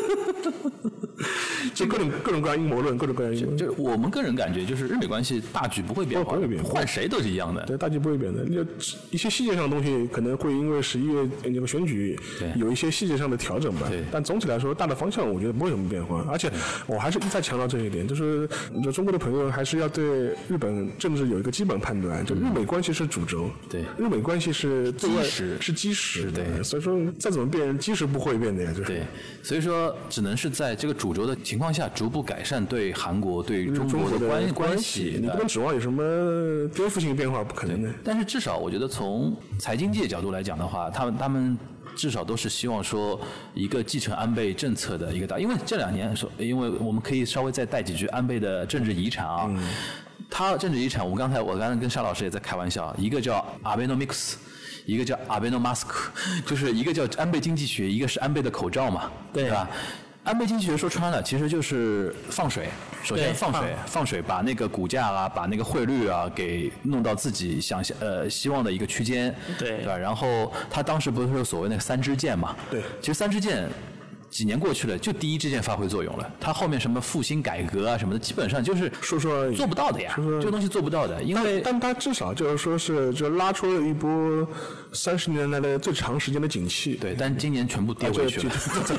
就各种各种各样阴谋论，各种各样阴谋论。 就是我们个人感觉，就是日美关系大局不会变化，换谁都是一样的。 对，大局不会变的。就一些细节上的东西可能会因为十一月那个选举有一些细节上的调整吧。 对。 但总体来说，大的方向我觉得不会有什么变化。而且我还是一再强调这一点，就是就中国的朋友还是要对日本政治有一个基本判断，就日美关系是主轴。 对。 日美关系是基石， 是基石。 对。 所以说再怎么变，基石不会变的呀，就是。 对。所以说，只能是在这个主轴的情况下，逐步改善对韩国、对中国的关关系。 你不能指望有什么颠覆性变化，不可能的。 但是至少我觉得从财经界角度来讲的话，他们他们至少都是希望说一个继承安倍政策的一个大，因为这两年说，因为我们可以稍微再带几句安倍的政治遗产啊。嗯、他政治遗产，我刚才我刚才跟沙老师也在开玩笑，一个叫 Abenomics。一个叫 Abenomimask， 就是一个叫安倍经济学，一个是安倍的口罩嘛，对吧？安倍经济学说穿了，其实就是放水。首先放水，放水把那个股价啊，把那个汇率啊，给弄到自己想象呃希望的一个区间， 对， 对吧？然后他当时不是所谓那个三支箭嘛？ 对， 其实三支箭。几年过去了，就第一支箭发挥作用了。它后面什么复兴改革啊什么的，基本上就是说说做不到的呀。说说这个东西做不到的，因为但它至少就是说是就拉出了一波三十年来的最长时间的景气。 对，但今年全部跌回去了。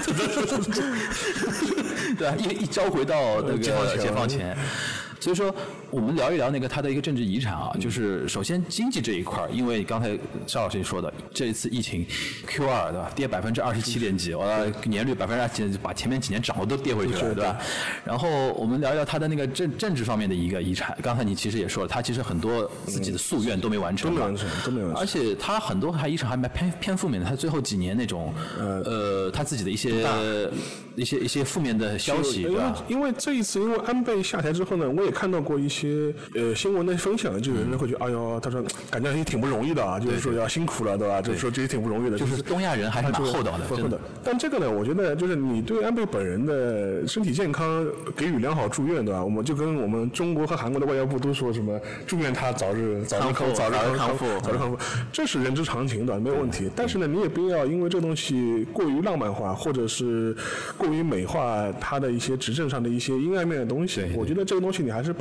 对啊，一一招回到那个解放前。所以说，我们聊一聊那个它的一个政治遗产啊，就是首先经济这一块，因为刚才邵老师也说的，这一次疫情 Q 二 对吧，跌百分之二十七点几，呃，年率百分之二几，把前面几年涨的都跌回去了，对吧？然后我们聊一聊它的那个政政治方面的一个遗产。刚才你其实也说了，它其实很多自己的夙愿都没完成， 都没完成，都没完成。 而且它很多还遗产还蛮偏偏负面的，它最后几年那种呃，他自己的一些一些一些负面的消息，对吧？ 因为这一次，因为安倍下台之后呢，我也看到过一些呃新闻的分享，就有人会觉得，哎呦，他说感觉也挺不容易的啊，就是说要辛苦了，对吧？就是说这也挺不容易的。 就是东亚人还是蛮厚道的，真的。 但这个呢，我觉得就是你对安倍本人的身体健康给予良好祝愿，对吧？我们就跟我们中国和韩国的外交部都说什么，祝愿他早日早日康复，早日康复，早日康复，这是人之常情的，没有问题。但是呢，你也不要因为这个东西过于浪漫化，或者是过于美化他的一些执政上的一些阴暗面的东西。我觉得这个东西你还是不能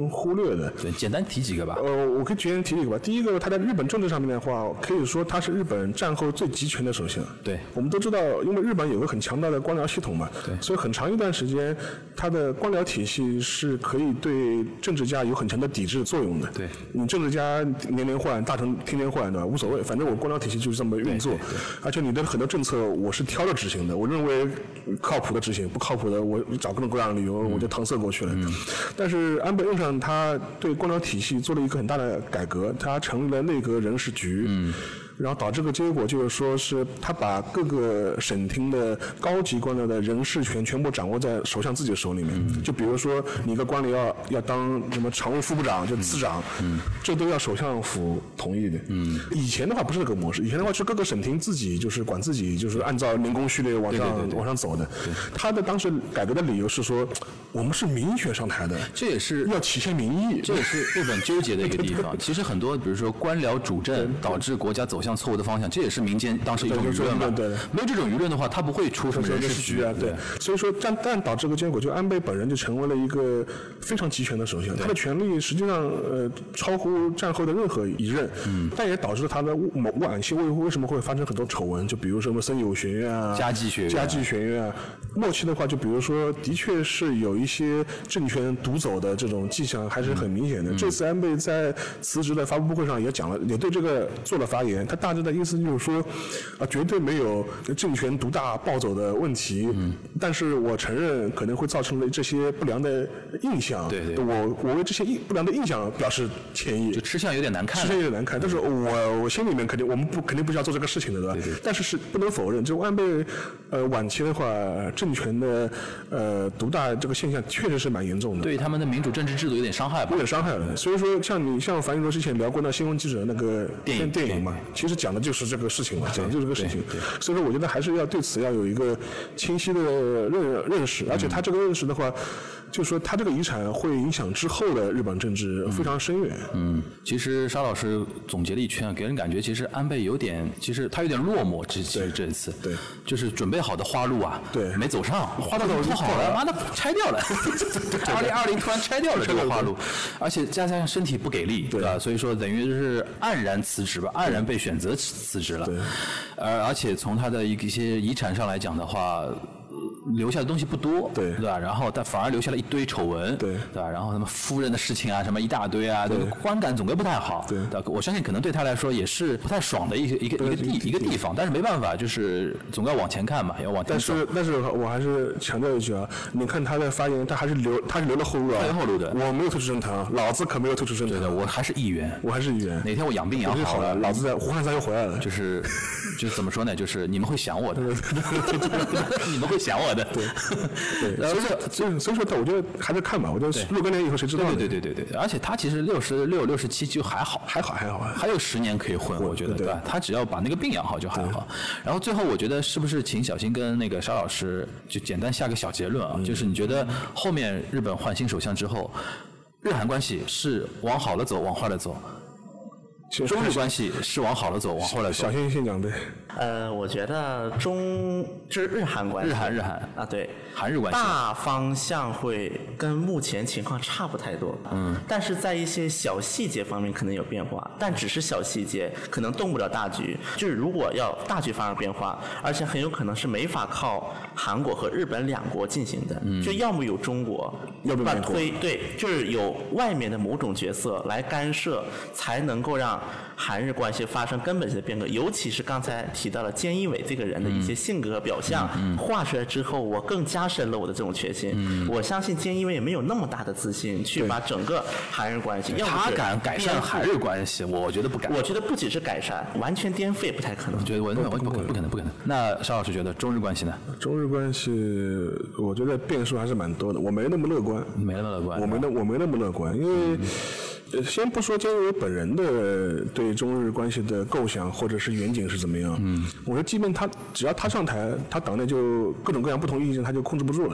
忽略的。 对，简单提几个吧。 呃，我可以简单提几个吧。第一个，他在日本政治上面的话，可以说他是日本战后最集权的首相。 对， 我们都知道，因为日本有个很强大的官僚系统嘛， 对， 所以很长一段时间，它的官僚体系是可以对政治家有很强的抵制作用的。 对， 你政治家年年换，大臣天天换，对吧？无所谓，反正我官僚体系就是这么运作。而且你的很多政策，我是挑着执行的。我认为靠谱的执行，不靠谱的，我找各种各样的理由，我就搪塞过去了。嗯、但是安倍晋三他对官僚体系做了一个很大的改革，他成立了内阁人事局。嗯，然后导致个结果就是说是他把各个省厅的高级官僚的人事权全部掌握在首相自己的手里面。嗯、就比如说你一个官僚要要当什么常务副部长，就次长，嗯，这都要首相府同意的。嗯，以前的话不是这个模式，以前的话是各个省厅自己就是管自己，就是按照年功序列往上对对对对往上走的。他的当时改革的理由是说，我们是民选上台的， 这也是要体现民意， 这也是日本纠结的一个地方。其实很多，比如说官僚主政导致国家走向错误的方向，这也是民间当时一种舆论嘛。 对， 没有这种舆论的话，他不会出什么人事局啊。对，所以说但但导致个结果，就安倍本人就成为了一个非常集权的首相，他的权力实际上呃超乎战后的任何一任。嗯，但也导致他的晚期为为什么会发生很多丑闻？就比如说什么森友学院啊、 家计学院、 家计学院啊。末期的话，就比如说，的确是有一些政权独走的这种迹象，还是很明显的。嗯、这次安倍在辞职的发布会上也讲了，也对这个做了发言。他大致的意思就是说，啊，绝对没有政权独大暴走的问题。嗯。但是我承认可能会造成了这些不良的印象。 对对。 我我为这些不良的印象表示歉意。 就吃相有点难看。 吃相有点难看，但是我我心里面肯定我们不肯定不是要做这个事情的，对吧？ 对对。 但是是不能否认，就安倍呃晚期的话，政权的呃独大这个现象确实是蛮严重的。 对他们的民主政治制度有点伤害吧？ 有点伤害了。所以说，像你像樊宇说之前聊过那新闻记者那个电影电影嘛，其实讲的就是这个事情嘛，讲的就是这个事情。所以说，我觉得还是要对此要有一个清晰的认认识，而且他这个认识的话，就是说他这个遗产会影响之后的日本政治非常深远。 嗯，其实沙老师总结了一圈，给人感觉其实安倍有点，其实他有点落寞。这其实这一次， 对， 就是准备好的花路啊， 对， 没走上，花道都好了，妈的拆掉了。二零二零突然拆掉了这个花路，而且加上身体不给力，对吧？所以说等于是黯然辞职吧，黯然被选择辞职了。 对， 而而且从他的一些遗产上来讲的话。留下的东西不多， 对对吧？然后但反而留下了一堆丑闻， 对对吧？然后什么夫人的事情啊，什么一大堆啊，这个观感总归不太好， 对吧？我相信可能对他来说也是不太爽的一个一个一个地一个地方，但是没办法，就是总要往前看嘛，要往前走。 但是但是我还是强调一句啊，你看他的发言，他还是留他是留了后路啊， 留后路的。 我没有退出政坛，老子可没有退出政坛。 对的，我还是议员， 我还是议员。 哪天我养病养好了， 老子在胡汉三又回来了。 就是就是怎么说呢？就是你们会想我的，你们会想我的。 对。对，所以说，所以所以说，我觉得还是看吧。我觉得若干年以后谁知道呢？ 对对对对对，而且他其实六十六、六十七就还好， 还好还好， 还有十年可以混，我觉得对吧？他只要把那个病养好就还好。然后最后，我觉得是不是请小新跟那个沙老师就简单下个小结论啊？就是你觉得后面日本换新首相之后，日韩关系是往好了走，往坏了走？中日关系是往好了走，往坏了走。 小新先讲对。 呃，我觉得中就是日韩关系， 日韩日韩啊，对， 韩日关系大方向会跟目前情况差不太多，嗯，但是在一些小细节方面可能有变化，但只是小细节，可能动不了大局。就是如果要大局发生变化，而且很有可能是没法靠韩国和日本两国进行的，嗯，就要么有中国， 要不然推对，就是有外面的某种角色来干涉，才能够让韩日关系发生根本性的变革。尤其是刚才提到了菅义伟这个人的一些性格和表象，嗯嗯、画出来之后，我更加深了我的这种确信。嗯、我相信菅义伟也没有那么大的自信去把整个韩日关系，要他敢改善韩日关系，我觉得不敢。 我觉得不只是改善，完全颠覆也不太可能。 我觉得我我不可能不可能不可能。那邵老师觉得中日关系呢？ 中日关系，我觉得变数还是蛮多的，我没那么乐观。 没那么乐观。 我没那我没那么乐观，因为。嗯呃，先不说菅义伟本人的对中日关系的构想或者是远景是怎么样，嗯，我说，即便他只要他上台，他党内就各种各样不同意见，他就控制不住了。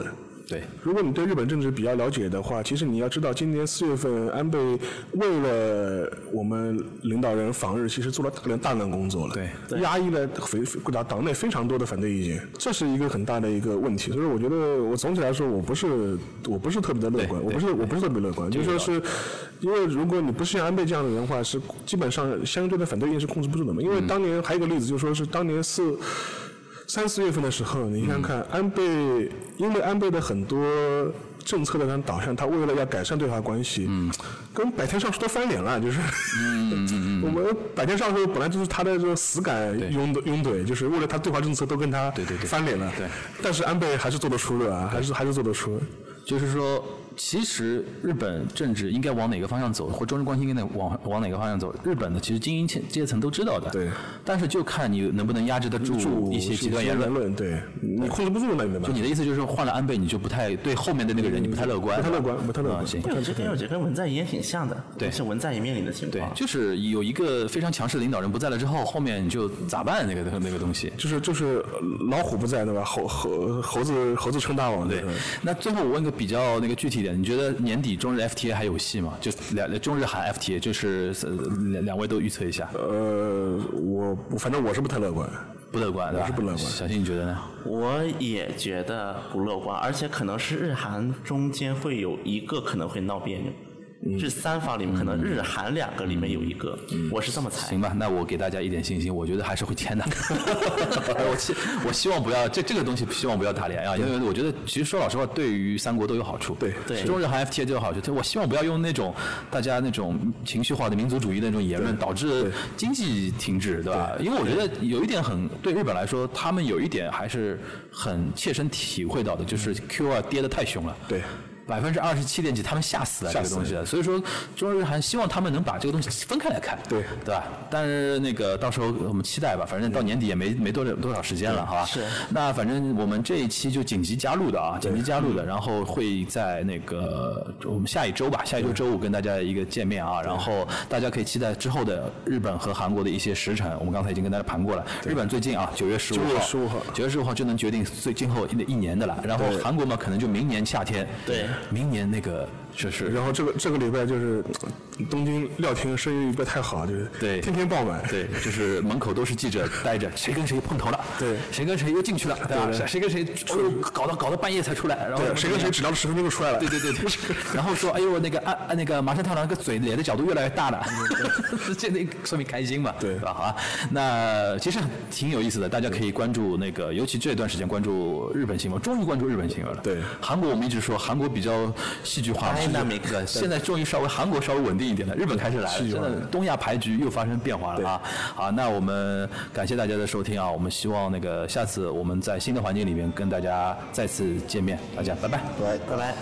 对， 如果你对日本政治比较了解的话，其实你要知道，今年四月份安倍为了我们领导人访日，其实做了大量大量工作了， 对， 压抑了非党党内非常多的反对意见，这是一个很大的一个问题。所以我觉得，我总体来说，我不是我不是特别的乐观，我不是我不是特别乐观，就说是，因为如果你不是像安倍这样的人的话，是基本上相对的反对意见是控制不住的嘛。因为当年还有一个例子，就是说是当年四。三四月份的时候，你看看安倍，因为安倍的很多政策的导向，他为了要改善对华关系，嗯，跟百田尚书都翻脸了，就是，嗯嗯嗯我们百田尚书本来就是他的这个死杆拥拥怼，就是为了他对华政策都跟他翻脸了， 对， 但是安倍还是做得出的啊，还是还是做得出， 就是说。其实日本政治应该往哪个方向走，或中日关系应该往往哪个方向走，日本的其实精英阶层都知道的。 对。 但是就看你能不能压制得住一些极端言论。 对。你控制不住那你的。 就你的意思就是换了安倍，你就不太对后面的那个人你不太乐观。 不太乐观，不太乐观。 行。 有这跟有这跟文在寅也挺像的。 对。 是文在寅面临的情况。 对，就是有一个非常强势的领导人不在了之后，后面你就咋办那个那个东西。 就是就是老虎不在对吧？猴猴猴子猴子称大王。 对。那最后我问个比较那个具体点，你觉得年底中日 F T A 还有戏吗？就两中日韩 F T A， 就是两两位都预测一下。 呃，我反正我是不太乐观， 不乐观， 我是不乐观。 小新你觉得呢？ 我也觉得不乐观，而且可能是日韩中间会有一个可能会闹别扭。这三方里面可能日韩两个里面有一个，嗯、我是这么猜。 行吧，那我给大家一点信心，我觉得还是会签的。我希我希望不要这这个东西，希望不要打脸啊，因为我觉得其实说老实话，对于三国都有好处。 对对， 中日韩 F T A 都有好处。我希望不要用那种大家那种情绪化的民族主义的那种言论，导致经济停滞，对吧？因为我觉得有一点很对日本来说，他们有一点还是很切身体会到的，就是 Q 二跌得太凶了。 对。 百分之二十七点几，他们吓死了这个东西，所以说中日韩希望他们能把这个东西分开来看， 对对吧？但是那个到时候我们期待吧，反正到年底也没没多多少时间了，好吧？ 是。 那反正我们这一期就紧急加入的啊，紧急加入的，然后会在那个我们下一周吧，下一周周五跟大家一个见面啊，然后大家可以期待之后的日本和韩国的一些时辰，我们刚才已经跟大家盘过了。日本最近啊，九月十五号， 十五号， 九月十五号就能决定最今后一年的了，然后韩国嘛，可能就明年夏天， 对， 明年那个。就是， 然后这个这个礼拜就是东京料亭生意不太好，就是对天天爆满， 对，就是门口都是记者待着，谁跟谁碰头了， 对， 谁跟谁又进去了，对吧？谁跟谁出搞到搞到半夜才出来，然后谁跟谁只聊了十分钟就出来了， 对对对对，然后说哎呦那个按按那个麻生太郎那个嘴脸的角度越来越大了，这那说明开心嘛， 对吧？好啊，那其实挺有意思的，大家可以关注那个，尤其这段时间关注日本新闻，终于关注日本新闻了。 对， 韩国我们一直说韩国比较戏剧化。 那没个， 现在终于稍微韩国稍微稳定一点了，日本开始来了，真的东亚牌局又发生变化了啊！好，那我们感谢大家的收听啊，我们希望那个下次我们在新的环境里面跟大家再次见面，大家拜拜， 拜拜拜。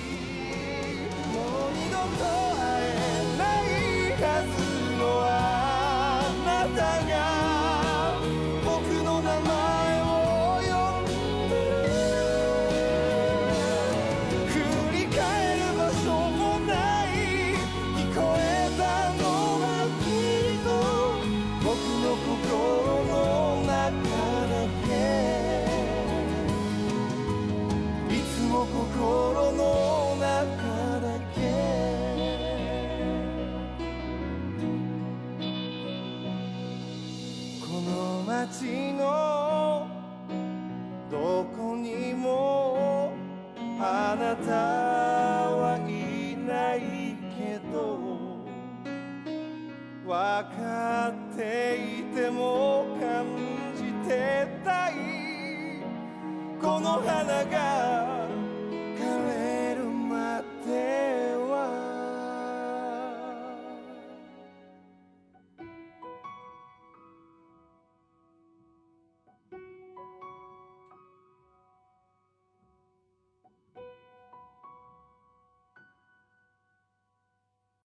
心の中だけこの街のどこにもあなたはいないけど分かっていても感じてたいこの花が